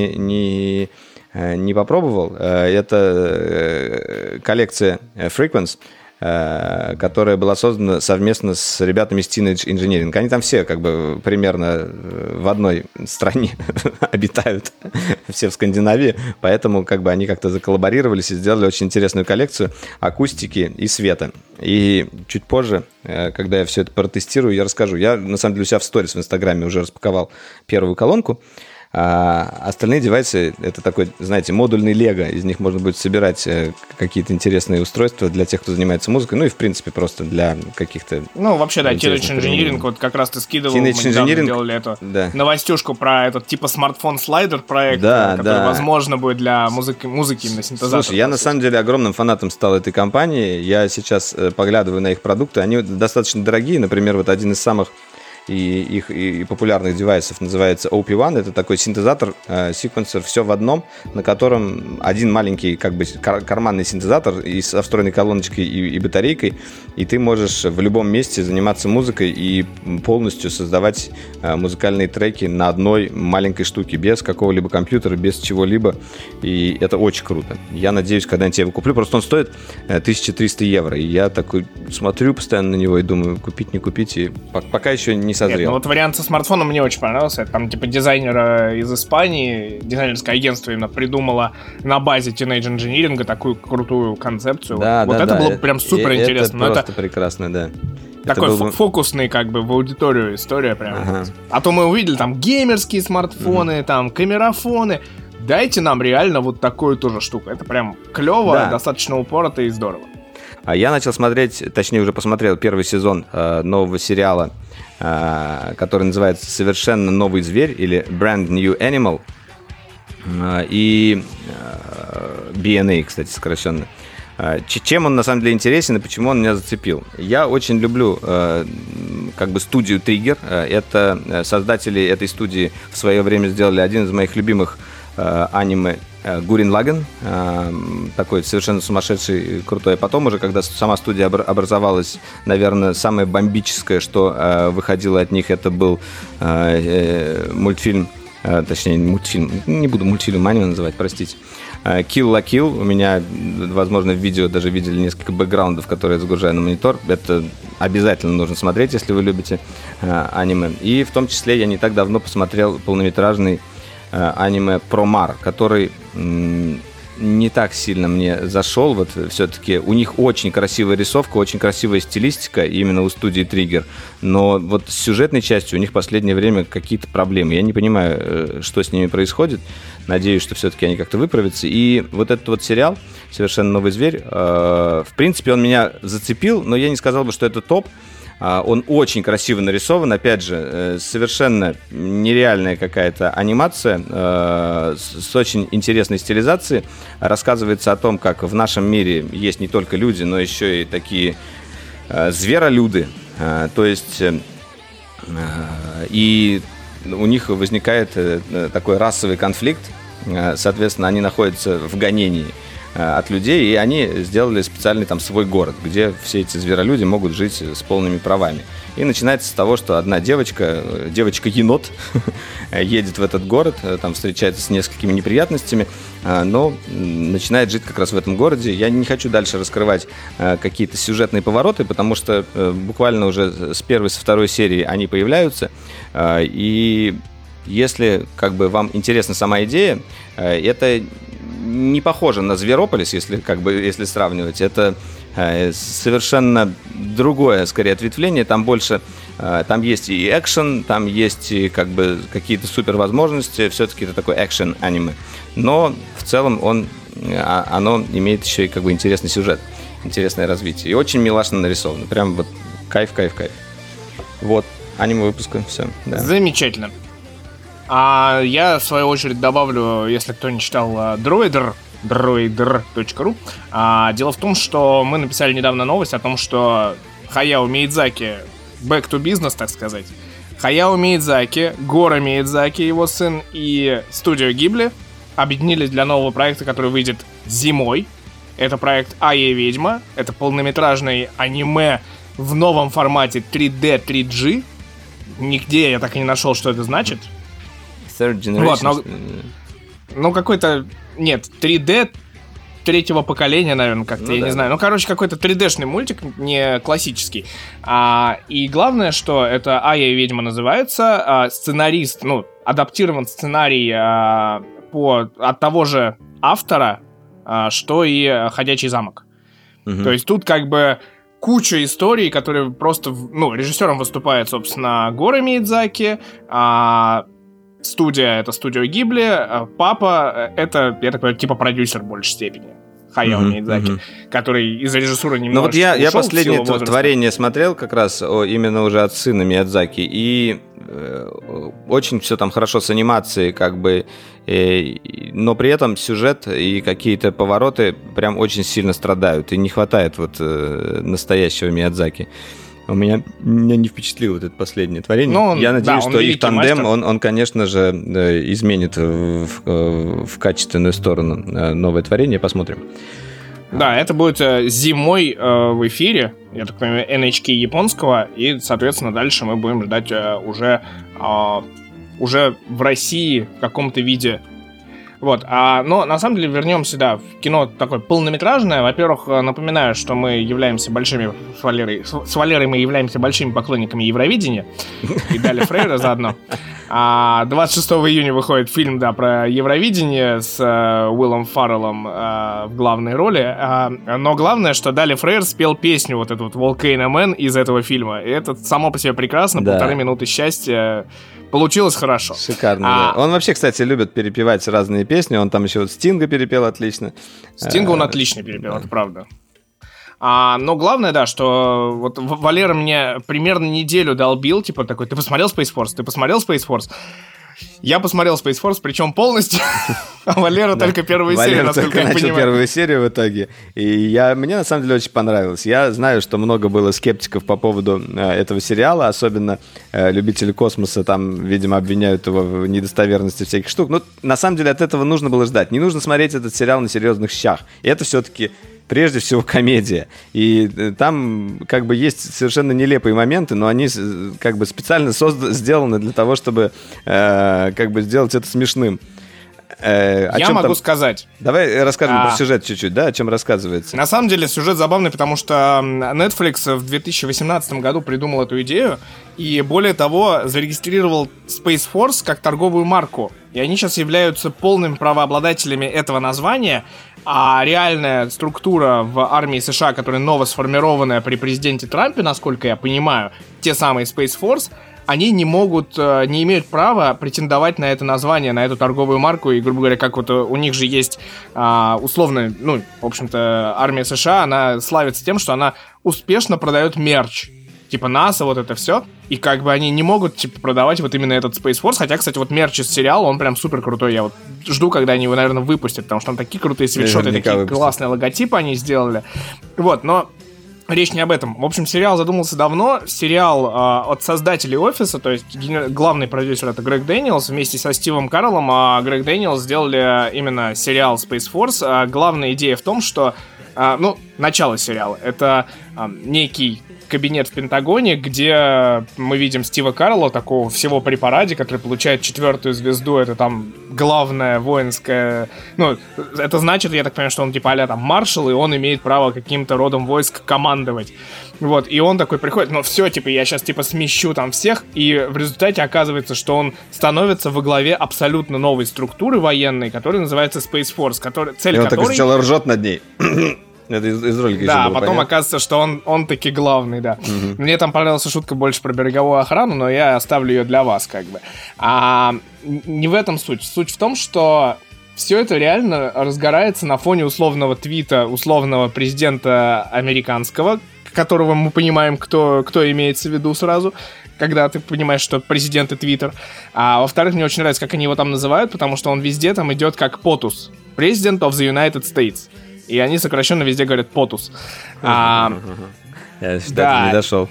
не попробовал. Это коллекция Frequence, которая была создана совместно с ребятами из Teenage Engineering. Они там все как бы примерно в одной стране обитают, все в Скандинавии, поэтому как бы они как-то заколлаборировались и сделали очень интересную коллекцию акустики и света. И чуть позже, когда я все это протестирую, я расскажу. Я, на самом деле, у себя в сторис в Инстаграме уже распаковал первую колонку. А остальные девайсы — это такой, знаете, модульный лего. Из них можно будет собирать какие-то интересные устройства для тех, кто занимается музыкой. Ну и, в принципе, просто для каких-то... Ну, вообще, да, Teenage Engineering, вот как раз ты скидывал, мы недавно делали эту новостюшку про этот типа смартфон-слайдер проект, который, возможно, будет для музыки именно синтезатора. Слушай, я на самом деле огромным фанатом стал этой компании. Я сейчас поглядываю на их продукты. Они достаточно дорогие. Например, вот один из самых и популярных девайсов называется OP1. Это такой синтезатор, секвенсор, все в одном, на котором один маленький как бы карманный синтезатор и со встроенной колоночкой и батарейкой, и ты можешь в любом месте заниматься музыкой и полностью создавать музыкальные треки на одной маленькой штуке, без какого-либо компьютера, без чего-либо, и это очень круто. Я надеюсь, когда-нибудь я его куплю, просто он стоит 1300 евро, и я такой смотрю постоянно на него и думаю, купить, не купить, и пока еще не созрел. Нет, ну вот вариант со смартфоном мне очень понравился. Там типа дизайнер из Испании, дизайнерское агентство именно придумало на базе Teenage Engineering такую крутую концепцию. Да, вот это было прям супер интересно. Это просто прекрасно, да. Такой фокусный как бы в аудиторию история прям. Ага. А то мы увидели там геймерские смартфоны, там камерафоны. Дайте нам реально вот такую тоже штуку. Это прям клево, достаточно упорото и здорово. А я начал смотреть, точнее уже посмотрел первый сезон нового сериала, который называется «Совершенно новый зверь» или «Brand New Animal», и BNA, кстати, сокращенно. Чем он на самом деле интересен и почему он меня зацепил? Я очень люблю как бы студию Trigger. Это создатели этой студии в свое время сделали один из моих любимых аниме Гуррен Лаганн, такой совершенно сумасшедший, крутой. Потом уже, когда сама студия образовалась, наверное, самое бомбическое, что выходило от них, это был мультфильм, не буду мультфильм аниме называть, простите. Kill la Kill. У меня, возможно, в видео даже видели несколько бэкграундов, которые я загружаю на монитор. Это обязательно нужно смотреть, если вы любите аниме. И в том числе я не так давно посмотрел полнометражный аниме про Мар, который не так сильно мне зашел. Вот все-таки у них очень красивая рисовка, очень красивая стилистика именно у студии Trigger. Но вот с сюжетной частью у них в последнее время какие-то проблемы. Я не понимаю, что с ними происходит. Надеюсь, что все-таки они как-то выправятся. И вот этот вот сериал «Совершенно новый зверь», в принципе, он меня зацепил, но я не сказал бы, что это топ. Он очень красиво нарисован, опять же, совершенно нереальная какая-то анимация с очень интересной стилизацией. Рассказывается о том, как в нашем мире есть не только люди, но еще и такие зверолюды. То есть и у них возникает такой расовый конфликт. Соответственно, они находятся в гонении от людей, и они сделали специальный там свой город, где все эти зверолюди могут жить с полными правами. И начинается с того, что одна девочка-енот едет в этот город, там встречается с несколькими неприятностями, но начинает жить как раз в этом городе. Я не хочу дальше раскрывать какие-то сюжетные повороты, потому что буквально уже с первой, со второй серии они появляются, и если как бы вам интересна сама идея, это не похоже на Зверополис, если сравнивать. Это совершенно другое, скорее, ответвление. Там больше, там есть и экшен, там есть и как бы какие-то супервозможности. Все-таки это такой экшен-аниме. Но в целом оно имеет еще и как бы интересный сюжет, интересное развитие. И очень милашно нарисовано. Прям вот кайф. Вот, аниме выпуска, все. Да. Замечательно. А я, в свою очередь, добавлю, если кто не читал, droider.ru. Дело в том, что мы написали недавно новость о том, что Хаяо Миядзаки back to business, так сказать. Хаяо Миядзаки, Гора Миядзаки, его сын, и студия Гибли объединились для нового проекта, который выйдет зимой. Это проект «Ая ведьма». Это полнометражный аниме в новом формате 3D, 3G. Нигде я так и не нашел, что это значит. Third Generation. Вот, ну, какой-то... Нет, 3D третьего поколения, наверное, как-то, не знаю. Ну, короче, какой-то 3D-шный мультик, не классический. И главное, что это «Ая и ведьма» называется. Сценарист, адаптирован сценарий от того же автора, что и «Ходячий замок». То есть тут как бы куча историй, которые просто... режиссером выступает, собственно, Гора Миядзаки, студия — это студия Гибли, папа — это, я так понимаю, типа продюсер в большей степени. Хаяо Миядзаки, который из-за режиссуры немножко ушел. Ну вот я последнее творение смотрел как раз именно уже от сына Миядзаки, и очень все там хорошо с анимацией, как бы, но при этом сюжет и какие-то повороты прям очень сильно страдают, и не хватает вот настоящего Миядзаки. Меня не впечатлило вот это последнее творение. Я надеюсь, что их тандем, он, конечно же, изменит в качественную сторону новое творение. Посмотрим. Да, это будет зимой в эфире, я так понимаю, NHK японского, и, соответственно, дальше мы будем ждать уже в России в каком-то виде. Вот, но на самом деле вернемся, в кино такое полнометражное. Во-первых, напоминаю, что мы являемся большими с Валерой мы являемся большими поклонниками Евровидения и Дали Фрейра заодно. 26 июня выходит фильм, про Евровидение с Уиллом Фарреллом в главной роли. Но главное, что Дали Фрейр спел песню вот эту вот Volcano Man из этого фильма. И это само по себе прекрасно, 1,5 минуты счастья. Получилось хорошо. Шикарно, да. Он вообще, кстати, любит перепевать разные песни. Он там еще вот Стинга перепел отлично. Стинга он отлично перепел, это правда. Но главное, что вот Валера мне примерно неделю долбил, типа такой: ты посмотрел Space Force? Я посмотрел Space Force, причем полностью, а Валера только первую серию, насколько я понимаю. Валера начал первую серию в итоге, и мне на самом деле очень понравилось. Я знаю, что много было скептиков по поводу этого сериала, особенно любители космоса там, видимо, обвиняют его в недостоверности всяких штук. Но на самом деле от этого нужно было ждать. Не нужно смотреть этот сериал на серьезных щах. И это все-таки прежде всего комедия. И там как бы есть совершенно нелепые моменты, но они как бы специально сделаны для того, чтобы как бы сделать это смешным. Я могу сказать. Давай расскажем про сюжет чуть-чуть, да, о чем рассказывается. На самом деле сюжет забавный, потому что Netflix в 2018 году придумал эту идею и, более того, зарегистрировал Space Force как торговую марку. И они сейчас являются полными правообладателями этого названия, а реальная структура в армии США, которая новосформированная при президенте Трампе, насколько я понимаю, те самые Space Force, они не имеют права претендовать на это название, на эту торговую марку. И, грубо говоря, как вот у них же есть условно, в общем-то, армия США, она славится тем, что она успешно продает мерч. Типа НАСА, вот это все. И как бы они не могут, продавать вот именно этот Space Force. Хотя, кстати, вот мерч из сериала, он прям супер крутой. Я вот жду, когда они его, наверное, выпустят, потому что там такие крутые свитшоты, такие классные логотипы они сделали. Вот, но речь не об этом. В общем, сериал задумался давно. Сериал от создателей «Офиса», то есть главный продюсер — это Грег Дэниелс, вместе со Стивом Кареллом. А Грег Дэниелс сделали именно сериал Space Force. Главная идея в том, что начало сериала — это некий кабинет в Пентагоне, где мы видим Стива Карелла, такого всего при параде, который получает 4-ю звезду. Это там главная воинская... это значит, я так понимаю, что он типа а-ля там маршал, и он имеет право каким-то родом войск командовать. Вот, и он такой приходит, я сейчас смещу там всех, и в результате оказывается, что он становится во главе абсолютно новой структуры военной, которая называется Space Force, цель которой... так сначала ржет над ней. Это из ролика. Да, потом понятно. Оказывается, что он таки главный, да. Угу. Мне там понравилась шутка больше про береговую охрану, но я оставлю ее для вас, как бы. Не в этом суть. Суть в том, что все это реально разгорается на фоне условного твита условного президента американского, которого мы понимаем, кто имеется в виду сразу, когда ты понимаешь, что президент и твиттер. А во-вторых, мне очень нравится, как они его там называют, потому что он везде там идет как POTUS. President of the United States. И они сокращенно везде говорят POTUS. Я считаю, не дошел.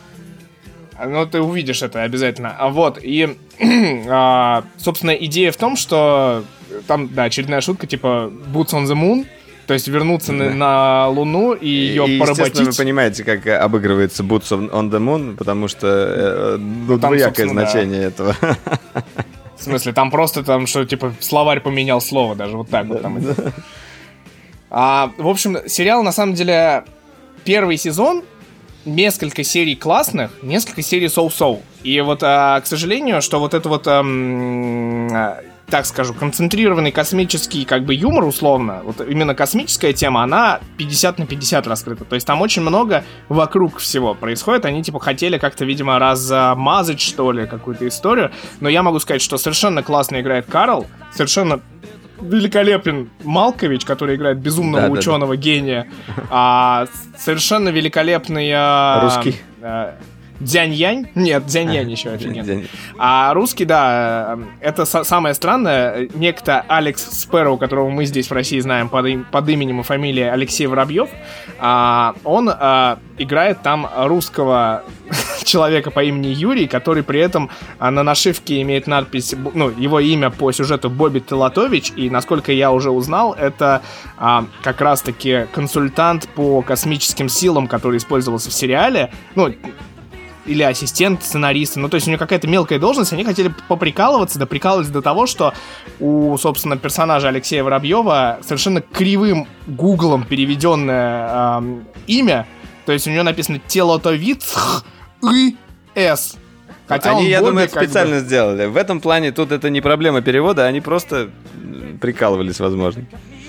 Ты увидишь это обязательно. И, собственно, идея в том, что там, очередная шутка, типа Boots on the Moon, то есть вернуться на Луну и ее поработить. Естественно, вы понимаете, как обыгрывается Boots on the Moon, потому что двоякое значение этого. В смысле, там просто что, словарь поменял слово, даже вот так вот там идет. В общем, сериал, на самом деле, первый сезон, несколько серий классных, несколько серий соу-соу. И вот, к сожалению, что вот это вот, так скажу, концентрированный космический, юмор, условно, вот именно космическая тема, она 50/50 раскрыта. То есть там очень много вокруг всего происходит. Они, хотели как-то, видимо, размазать, что ли, какую-то историю. Но я могу сказать, что совершенно классно играет Карл, совершенно... великолепен Малкович, который играет безумного ученого гения. Совершенно великолепный... русский. Дзянь-Янь? Нет, Дзянь-Янь еще офигенно. А русский, да, это самое странное. Некто Алекс Спэроу, которого мы здесь в России знаем под именем и фамилией Алексей Воробьев, он играет там русского человека по имени Юрий, который при этом на нашивке имеет надпись, его имя по сюжету Бобби Телатович, и, насколько я уже узнал, это как раз-таки консультант по космическим силам, который использовался в сериале, или ассистент сценариста, то есть у него какая-то мелкая должность, они хотели поприкалываться, прикалывались до того, что у, собственно, персонажа Алексея Воробьева совершенно кривым гуглом переведенное имя, то есть у него написано Телатович И.С. Хотя я думаю, это специально сделали. В этом плане тут это не проблема перевода, они просто прикалывались, возможно.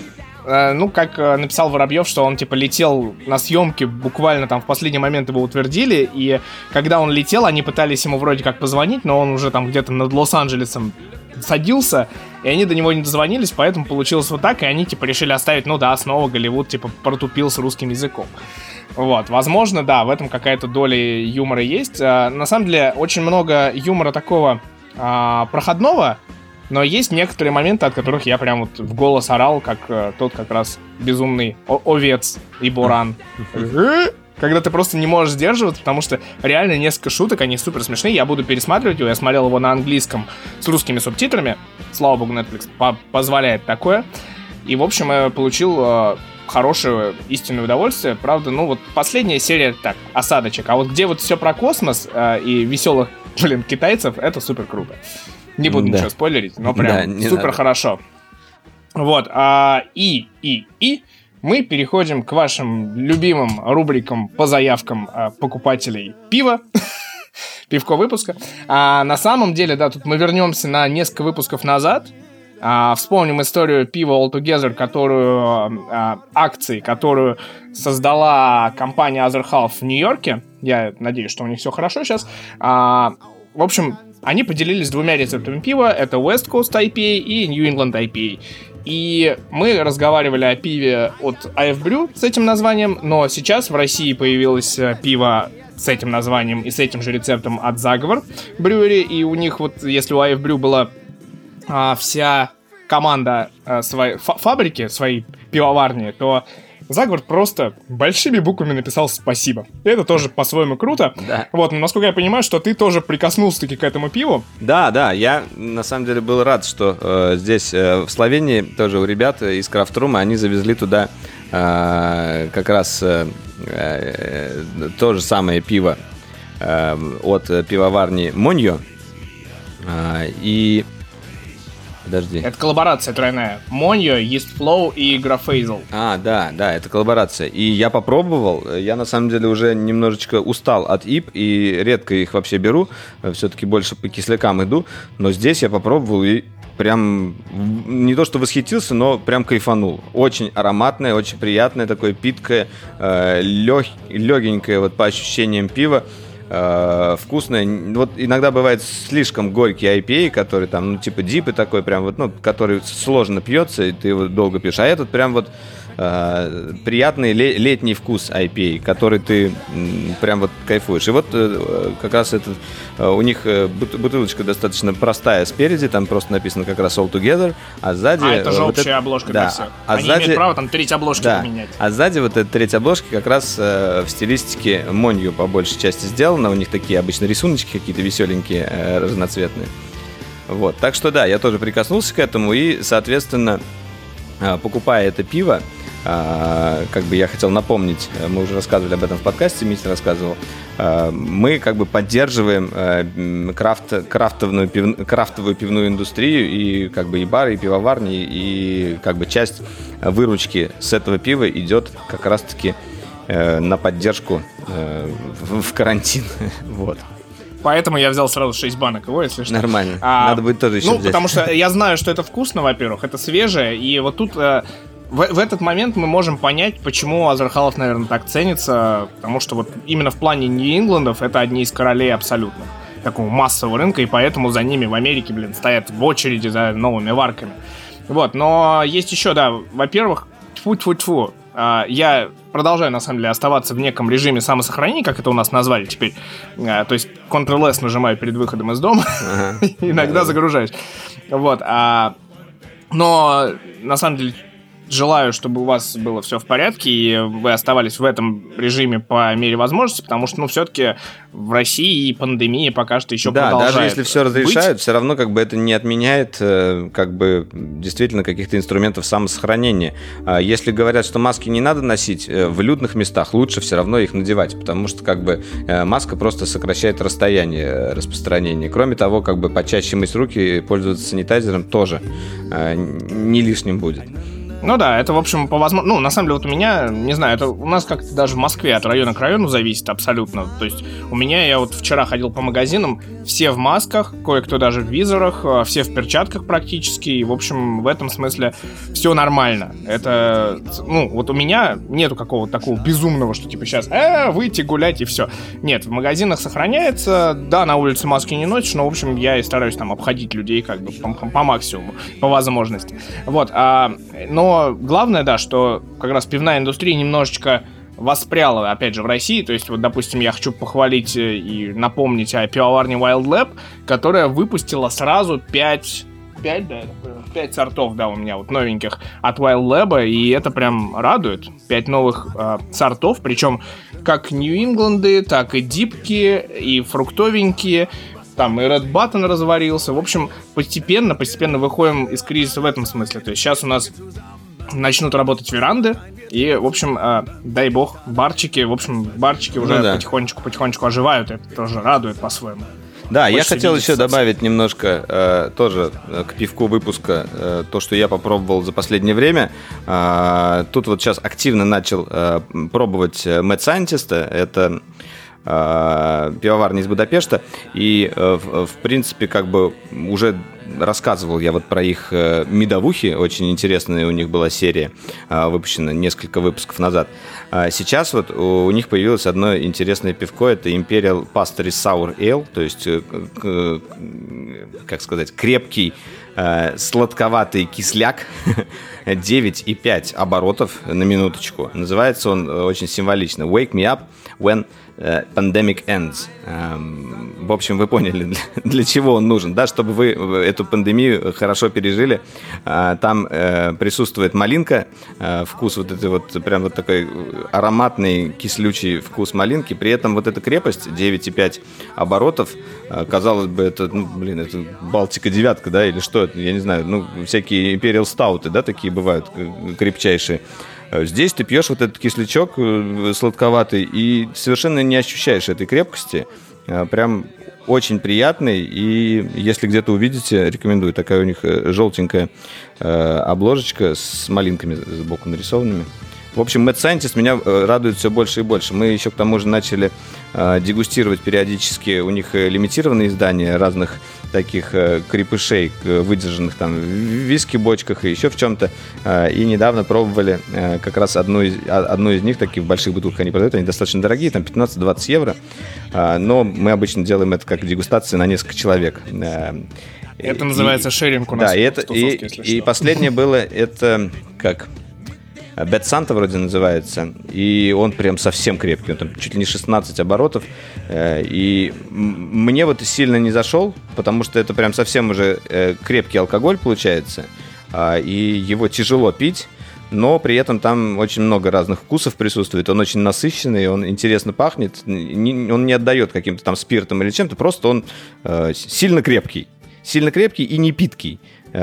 Как написал Воробьев, что он, летел на съемки, буквально там в последний момент его утвердили, и когда он летел, они пытались ему вроде как позвонить, но он уже там где-то над Лос-Анджелесом садился, и они до него не дозвонились, поэтому получилось вот так, и они, решили оставить, снова Голливуд, протупил с русским языком. Вот, возможно, да, в этом какая-то доля юмора есть. На самом деле, очень много юмора такого проходного, Но есть некоторые моменты, от которых я прям вот в голос орал, как тот как раз безумный овец и Буран. Когда ты просто не можешь сдерживаться, потому что реально несколько шуток, они супер смешные. Я буду пересматривать его, я смотрел его на английском с русскими субтитрами. Слава богу, Netflix позволяет такое. И, в общем, я получил хорошее истинное удовольствие. Правда, ну вот последняя серия, так, осадочек. А вот где вот все про космос и веселых, китайцев, это супер круто. Не буду ничего спойлерить, но прям супер хорошо. Вот, и мы переходим к вашим любимым рубрикам по заявкам покупателей пива. Пивко выпуска. На самом деле, да, тут мы вернемся на несколько выпусков назад. Вспомним историю пива All Together, которую создала компания Other Half в Нью-Йорке. Я надеюсь, что у них все хорошо сейчас. В общем, они поделились двумя рецептами пива. Это West Coast IPA и New England IPA. И мы разговаривали о пиве от IF Brew с этим названием, но сейчас в России появилось пиво с этим названием и с этим же рецептом от Заговор Brewery. И у них вот, если у IF Brew была вся команда своей фабрики, своей пивоварни, то Заговор просто большими буквами написал «спасибо». И это тоже по-своему круто. Да. Вот, но насколько я понимаю, что ты тоже прикоснулся-таки к этому пиву. Да, я на самом деле был рад, что здесь, в Словении, тоже у ребят из Крафтрума, они завезли туда как раз то же самое пиво от пивоварни Моньо. И... Подожди. Это коллаборация тройная. Моньо, Yeast Flow и Graphazel. Да, это коллаборация. И я попробовал. Я на самом деле уже немножечко устал от ИП и редко их вообще беру. Все-таки больше по кислякам иду. Но здесь я попробовал и прям не то что восхитился, но прям кайфанул. Очень ароматное, очень приятное, такое питкое, легенькое вот по ощущениям пива. Вкусное. Вот иногда бывает слишком горький IPA, который там, ну, типа дипы такой, прям вот, ну, который сложно пьется, и ты его долго пьешь. А этот прям вот приятный летний вкус IPA, который ты прям вот кайфуешь. И вот как раз этот, у них бутылочка достаточно простая спереди, там просто написано как раз All Together, а сзади... это же общая обложка для всех. Они сзади, имеют право там треть обложки поменять. А сзади вот эта треть обложки как раз в стилистике Монью по большей части сделана. У них такие обычно рисуночки какие-то веселенькие, разноцветные. Вот. Так что да, я тоже прикоснулся к этому и, соответственно, покупая это пиво, как бы я хотел напомнить, мы уже рассказывали об этом в подкасте, Митя рассказывал, мы как бы поддерживаем крафтовую пивную индустрию, и как бы и бары, и пивоварни, и как бы часть выручки с этого пива идет как раз-таки на поддержку в карантин. Вот. Поэтому я взял сразу 6 банок его, если что. Нормально. Надо будет тоже еще взять. Потому что я знаю, что это вкусно, во-первых, это свежее, и вот тут... В этот момент мы можем понять, почему Other Half, наверное, так ценится, потому что вот именно в плане Нью-Ингландов это одни из королей абсолютно такого массового рынка, и поэтому за ними в Америке, стоят в очереди за новыми варками. Вот, но есть еще, да, во-первых, тьфу-тьфу-тьфу, я продолжаю, на самом деле, оставаться в неком режиме самосохранения, как это у нас назвали теперь. То есть Ctrl-S нажимаю перед выходом из дома, иногда загружаюсь. Вот, но на самом деле желаю, чтобы у вас было все в порядке, и вы оставались в этом режиме по мере возможности, потому что, все-таки в России пандемия пока что еще продолжает. Да, даже если все разрешают, все равно как бы это не отменяет как бы действительно каких-то инструментов самосохранения. Если говорят, что маски не надо носить, в людных местах лучше все равно их надевать, потому что как бы маска просто сокращает расстояние распространения. Кроме того, как бы почаще мыть руки, пользоваться санитайзером тоже не лишним будет. Ну да, это, в общем, по возможности... на самом деле, вот у меня, не знаю, это у нас как-то даже в Москве от района к району зависит абсолютно. То есть у меня, я вот вчера ходил по магазинам, все в масках, кое-кто даже в визорах, все в перчатках практически, и, в общем, в этом смысле все нормально. Это, вот у меня нету какого-то такого безумного, что типа сейчас, выйти гулять и все. Нет, в магазинах сохраняется, да, на улице маски не носишь, но, в общем, я и стараюсь там обходить людей как бы по максимуму, по возможности. Вот, но главное, да, что как раз пивная индустрия немножечко воспряла, опять же, в России. То есть, вот, допустим, я хочу похвалить и напомнить о пивоварне Wild Lab, которая выпустила сразу 5 5, да, 5 сортов, да, у меня вот новеньких от Wild Lab, и это прям радует. 5 новых сортов, причем как Нью-Ингланды, так и дипки, и фруктовенькие. Там и Red Button разварился. В общем, постепенно выходим из кризиса в этом смысле. То есть сейчас у нас начнут работать веранды. И, в общем, дай бог, барчики уже потихонечку оживают. Это тоже радует по-своему. Да, я хотел еще добавить немножко тоже к пивку выпуска то, что я попробовал за последнее время. Тут вот сейчас активно начал пробовать Mad Scientist. Это пивоварня из Будапешта. И, в принципе, как бы уже рассказывал я вот про их медовухи. Очень интересная у них была серия, выпущена несколько выпусков назад. Сейчас вот у них появилось одно интересное пивко. Это Imperial Pastry Sour Ale. То есть, как сказать, крепкий, сладковатый кисляк. 9,5 оборотов на минуточку. Называется он очень символично. Wake me up when pandemic ends. В общем, вы поняли, для чего он нужен, да, чтобы вы эту пандемию хорошо пережили. Там присутствует малинка, вкус вот этой вот, прям вот такой ароматный, кислючий вкус малинки. При этом вот эта крепость 9,5 оборотов, казалось бы, это, это Балтика девятка, да, или что это, я не знаю, всякие Imperial Stouты, да, такие бывают крепчайшие. Здесь ты пьешь вот этот кислячок сладковатый и совершенно не ощущаешь этой крепкости. Прям очень приятный. И если где-то увидите, рекомендую. Такая у них желтенькая обложечка с малинками сбоку нарисованными. В общем, Mad Scientist меня радует все больше и больше. Мы еще к тому же начали дегустировать периодически у них лимитированные издания разных таких крепышей, выдержанных там в виски-бочках и еще в чем-то. И недавно пробовали как раз одну из них, такие в больших бутылках они продают. Они достаточно дорогие, там 15-20 евро. Но мы обычно делаем это как дегустация на несколько человек. Это называется шеринг у нас. Да, и последнее было, это как... Bad Santa вроде называется, и он прям совсем крепкий, он там чуть ли не 16 оборотов, и мне вот сильно не зашел, потому что это прям совсем уже крепкий алкоголь получается, и его тяжело пить, но при этом там очень много разных вкусов присутствует, он очень насыщенный, он интересно пахнет, он не отдает каким-то там спиртом или чем-то, просто он сильно крепкий и не питкий.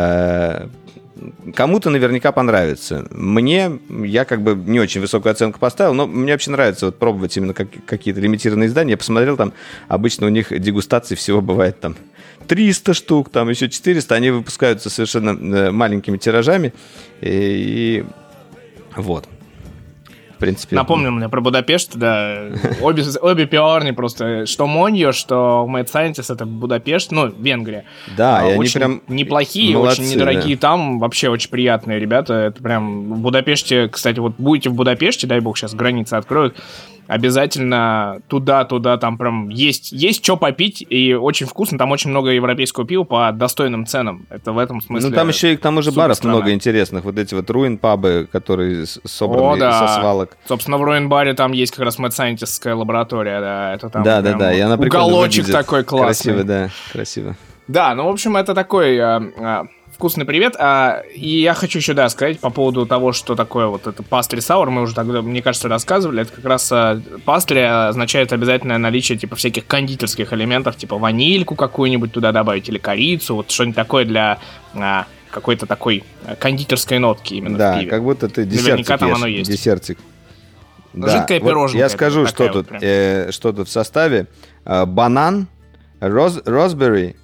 Кому-то наверняка понравится. Я как бы не очень высокую оценку поставил, но мне вообще нравится вот пробовать именно какие-то лимитированные издания. Я посмотрел, там обычно у них дегустации всего бывает там 300 штук, там еще 400. Они выпускаются совершенно маленькими тиражами. И вот. В принципе... Напомнил мне про Будапешт, да. Обе пивоварни просто, что Моньо, что Mad Scientist, это Будапешт, Венгрия. Да, и очень они прям неплохие, молодцы, очень недорогие, да. Там вообще очень приятные ребята. Это прям в Будапеште, кстати, вот будете в Будапеште, дай бог, сейчас границы откроют, обязательно туда, там прям есть что попить, и очень вкусно, там очень много европейского пива по достойным ценам. Это в этом смысле. Там еще и к тому же баров много интересных. Вот эти вот руин-пабы, которые собраны со свалок. Собственно, в руин-баре там есть как раз Mad Scientist-ская лаборатория, да. Это там да, и она прикольно уголочек выглядит. Такой классный. Красиво, да, красиво. Да, в общем, это такой... Вкусный привет. И я хочу еще, сказать по поводу того, что такое вот это pastry sour. Мы уже тогда, мне кажется, рассказывали. Это как раз pastry означает обязательное наличие типа всяких кондитерских элементов, типа ванильку какую-нибудь туда добавить или корицу. Вот что-нибудь такое для какой-то такой кондитерской нотки именно в пиве. Да, как будто ты десертик там оно есть. Десертик. Жидкое пирожное. Я скажу, что тут в составе. Банан, розбери,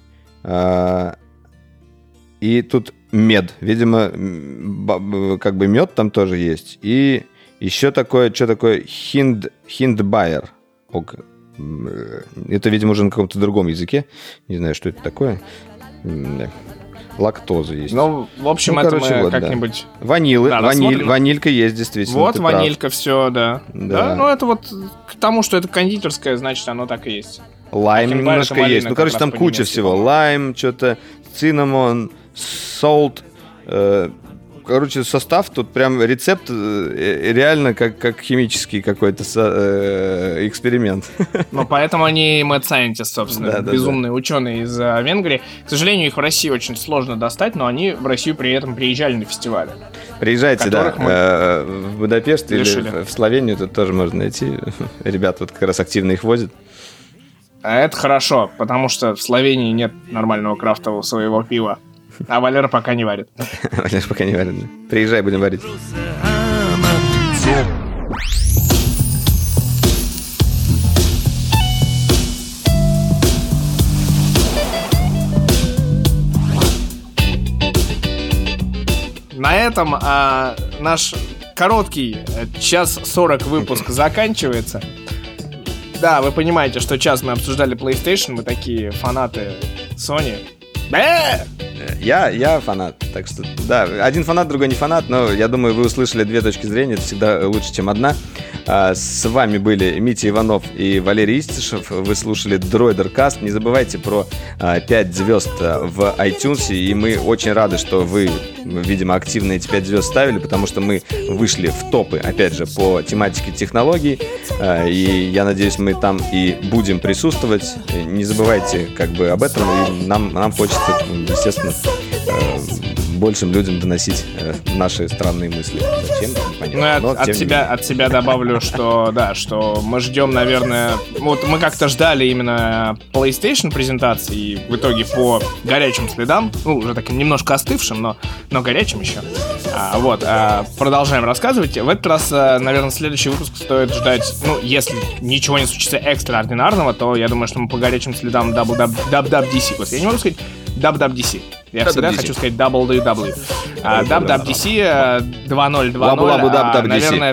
и тут мед. Видимо, как бы мед там тоже есть. И еще такое, что такое хиндбайер. Это, видимо, уже на каком-то другом языке. Не знаю, что это такое. Лактоза есть. В общем, это мы как-нибудь... Да. Ванилька есть, действительно. Вот ванилька, все, да. Это вот к тому, что это кондитерское, значит, оно так и есть. Лайм немножко есть. Там куча всего. Лайм, что-то, цинамон, солт, короче, состав тут прям рецепт реально как химический какой-то эксперимент. Ну, поэтому они mad scientists, собственно, безумные ученые из Венгрии. К сожалению, их в России очень сложно достать, но они в Россию при этом приезжали на фестивали. Приезжайте, да, в Будапешт или в Словению, тут тоже можно найти. Ребята вот как раз активно их возят. А это хорошо, потому что в Словении нет нормального крафтового своего пива. А Валера пока не варит. Валера пока не варит, да. Приезжай, будем варить. На этом наш короткий час 40 выпуск заканчивается. Да, вы понимаете, что час мы обсуждали PlayStation, мы такие фанаты Sony. Я фанат, так что, да, один фанат, другой не фанат, но я думаю, вы услышали две точки зрения, это всегда лучше, чем одна. С вами были Митя Иванов и Валерий Истишев, вы слушали Droidercast, не забывайте про 5 звезд в iTunes, и мы очень рады, что вы, видимо, активно эти 5 звезд ставили, потому что мы вышли в топы, опять же, по тематике технологий, и я надеюсь, мы там и будем присутствовать, не забывайте как бы об этом, и нам хочется, естественно, большим людям доносить наши странные мысли. Зачем? Непонятно. Ну, от себя добавлю, что да, что мы ждем, наверное, вот мы как-то ждали именно PlayStation презентации, и в итоге по горячим следам, ну, уже таким немножко остывшим, но горячим еще. Продолжаем рассказывать. В этот раз, наверное, следующий выпуск стоит ждать, ну, если ничего не случится экстраординарного, то я думаю, что мы по горячим следам WWDC. Вот я не могу сказать WWDC. Я всегда хочу сказать WWW. WWDC 2.0, наверное,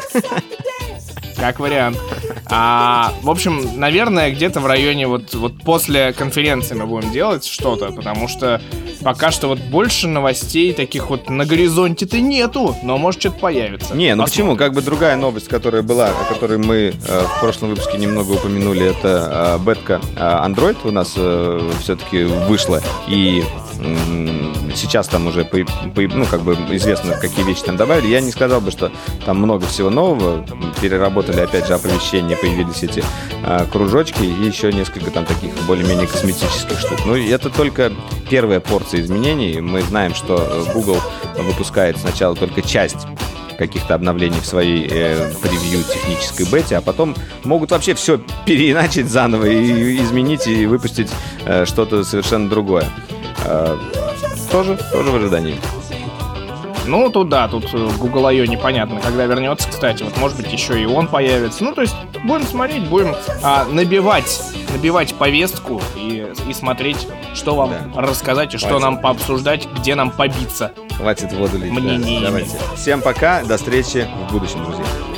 как вариант. В общем, наверное, где-то в районе вот после конференции мы будем делать что-то, потому что пока что вот больше новостей таких вот на горизонте-то нету, но может что-то появится. Не, ну почему? Как бы другая новость, которая была, о которой мы в прошлом выпуске немного упомянули, это бетка Android у нас все-таки вышла, и сейчас там уже известно, какие вещи там добавили. Я не сказал бы, что там много всего нового. Переработали, опять же, оповещения, появились эти кружочки и еще несколько там таких более-менее косметических штук. Ну, это только первая порция изменений. Мы знаем, что Google выпускает сначала только часть каких-то обновлений в своей превью технической бете, а потом могут вообще все переиначить заново и изменить, и выпустить что-то совершенно другое. Тоже в ожидании. Ну, тут Google I.O. непонятно, когда вернется, кстати. Вот, может быть, еще и он появится. Ну, то есть, будем смотреть, будем набивать повестку и смотреть, что вам рассказать и что нам пообсуждать, где нам побиться. Хватит воду лить. Мнениями. Давайте. Всем пока, до встречи в будущем, друзья.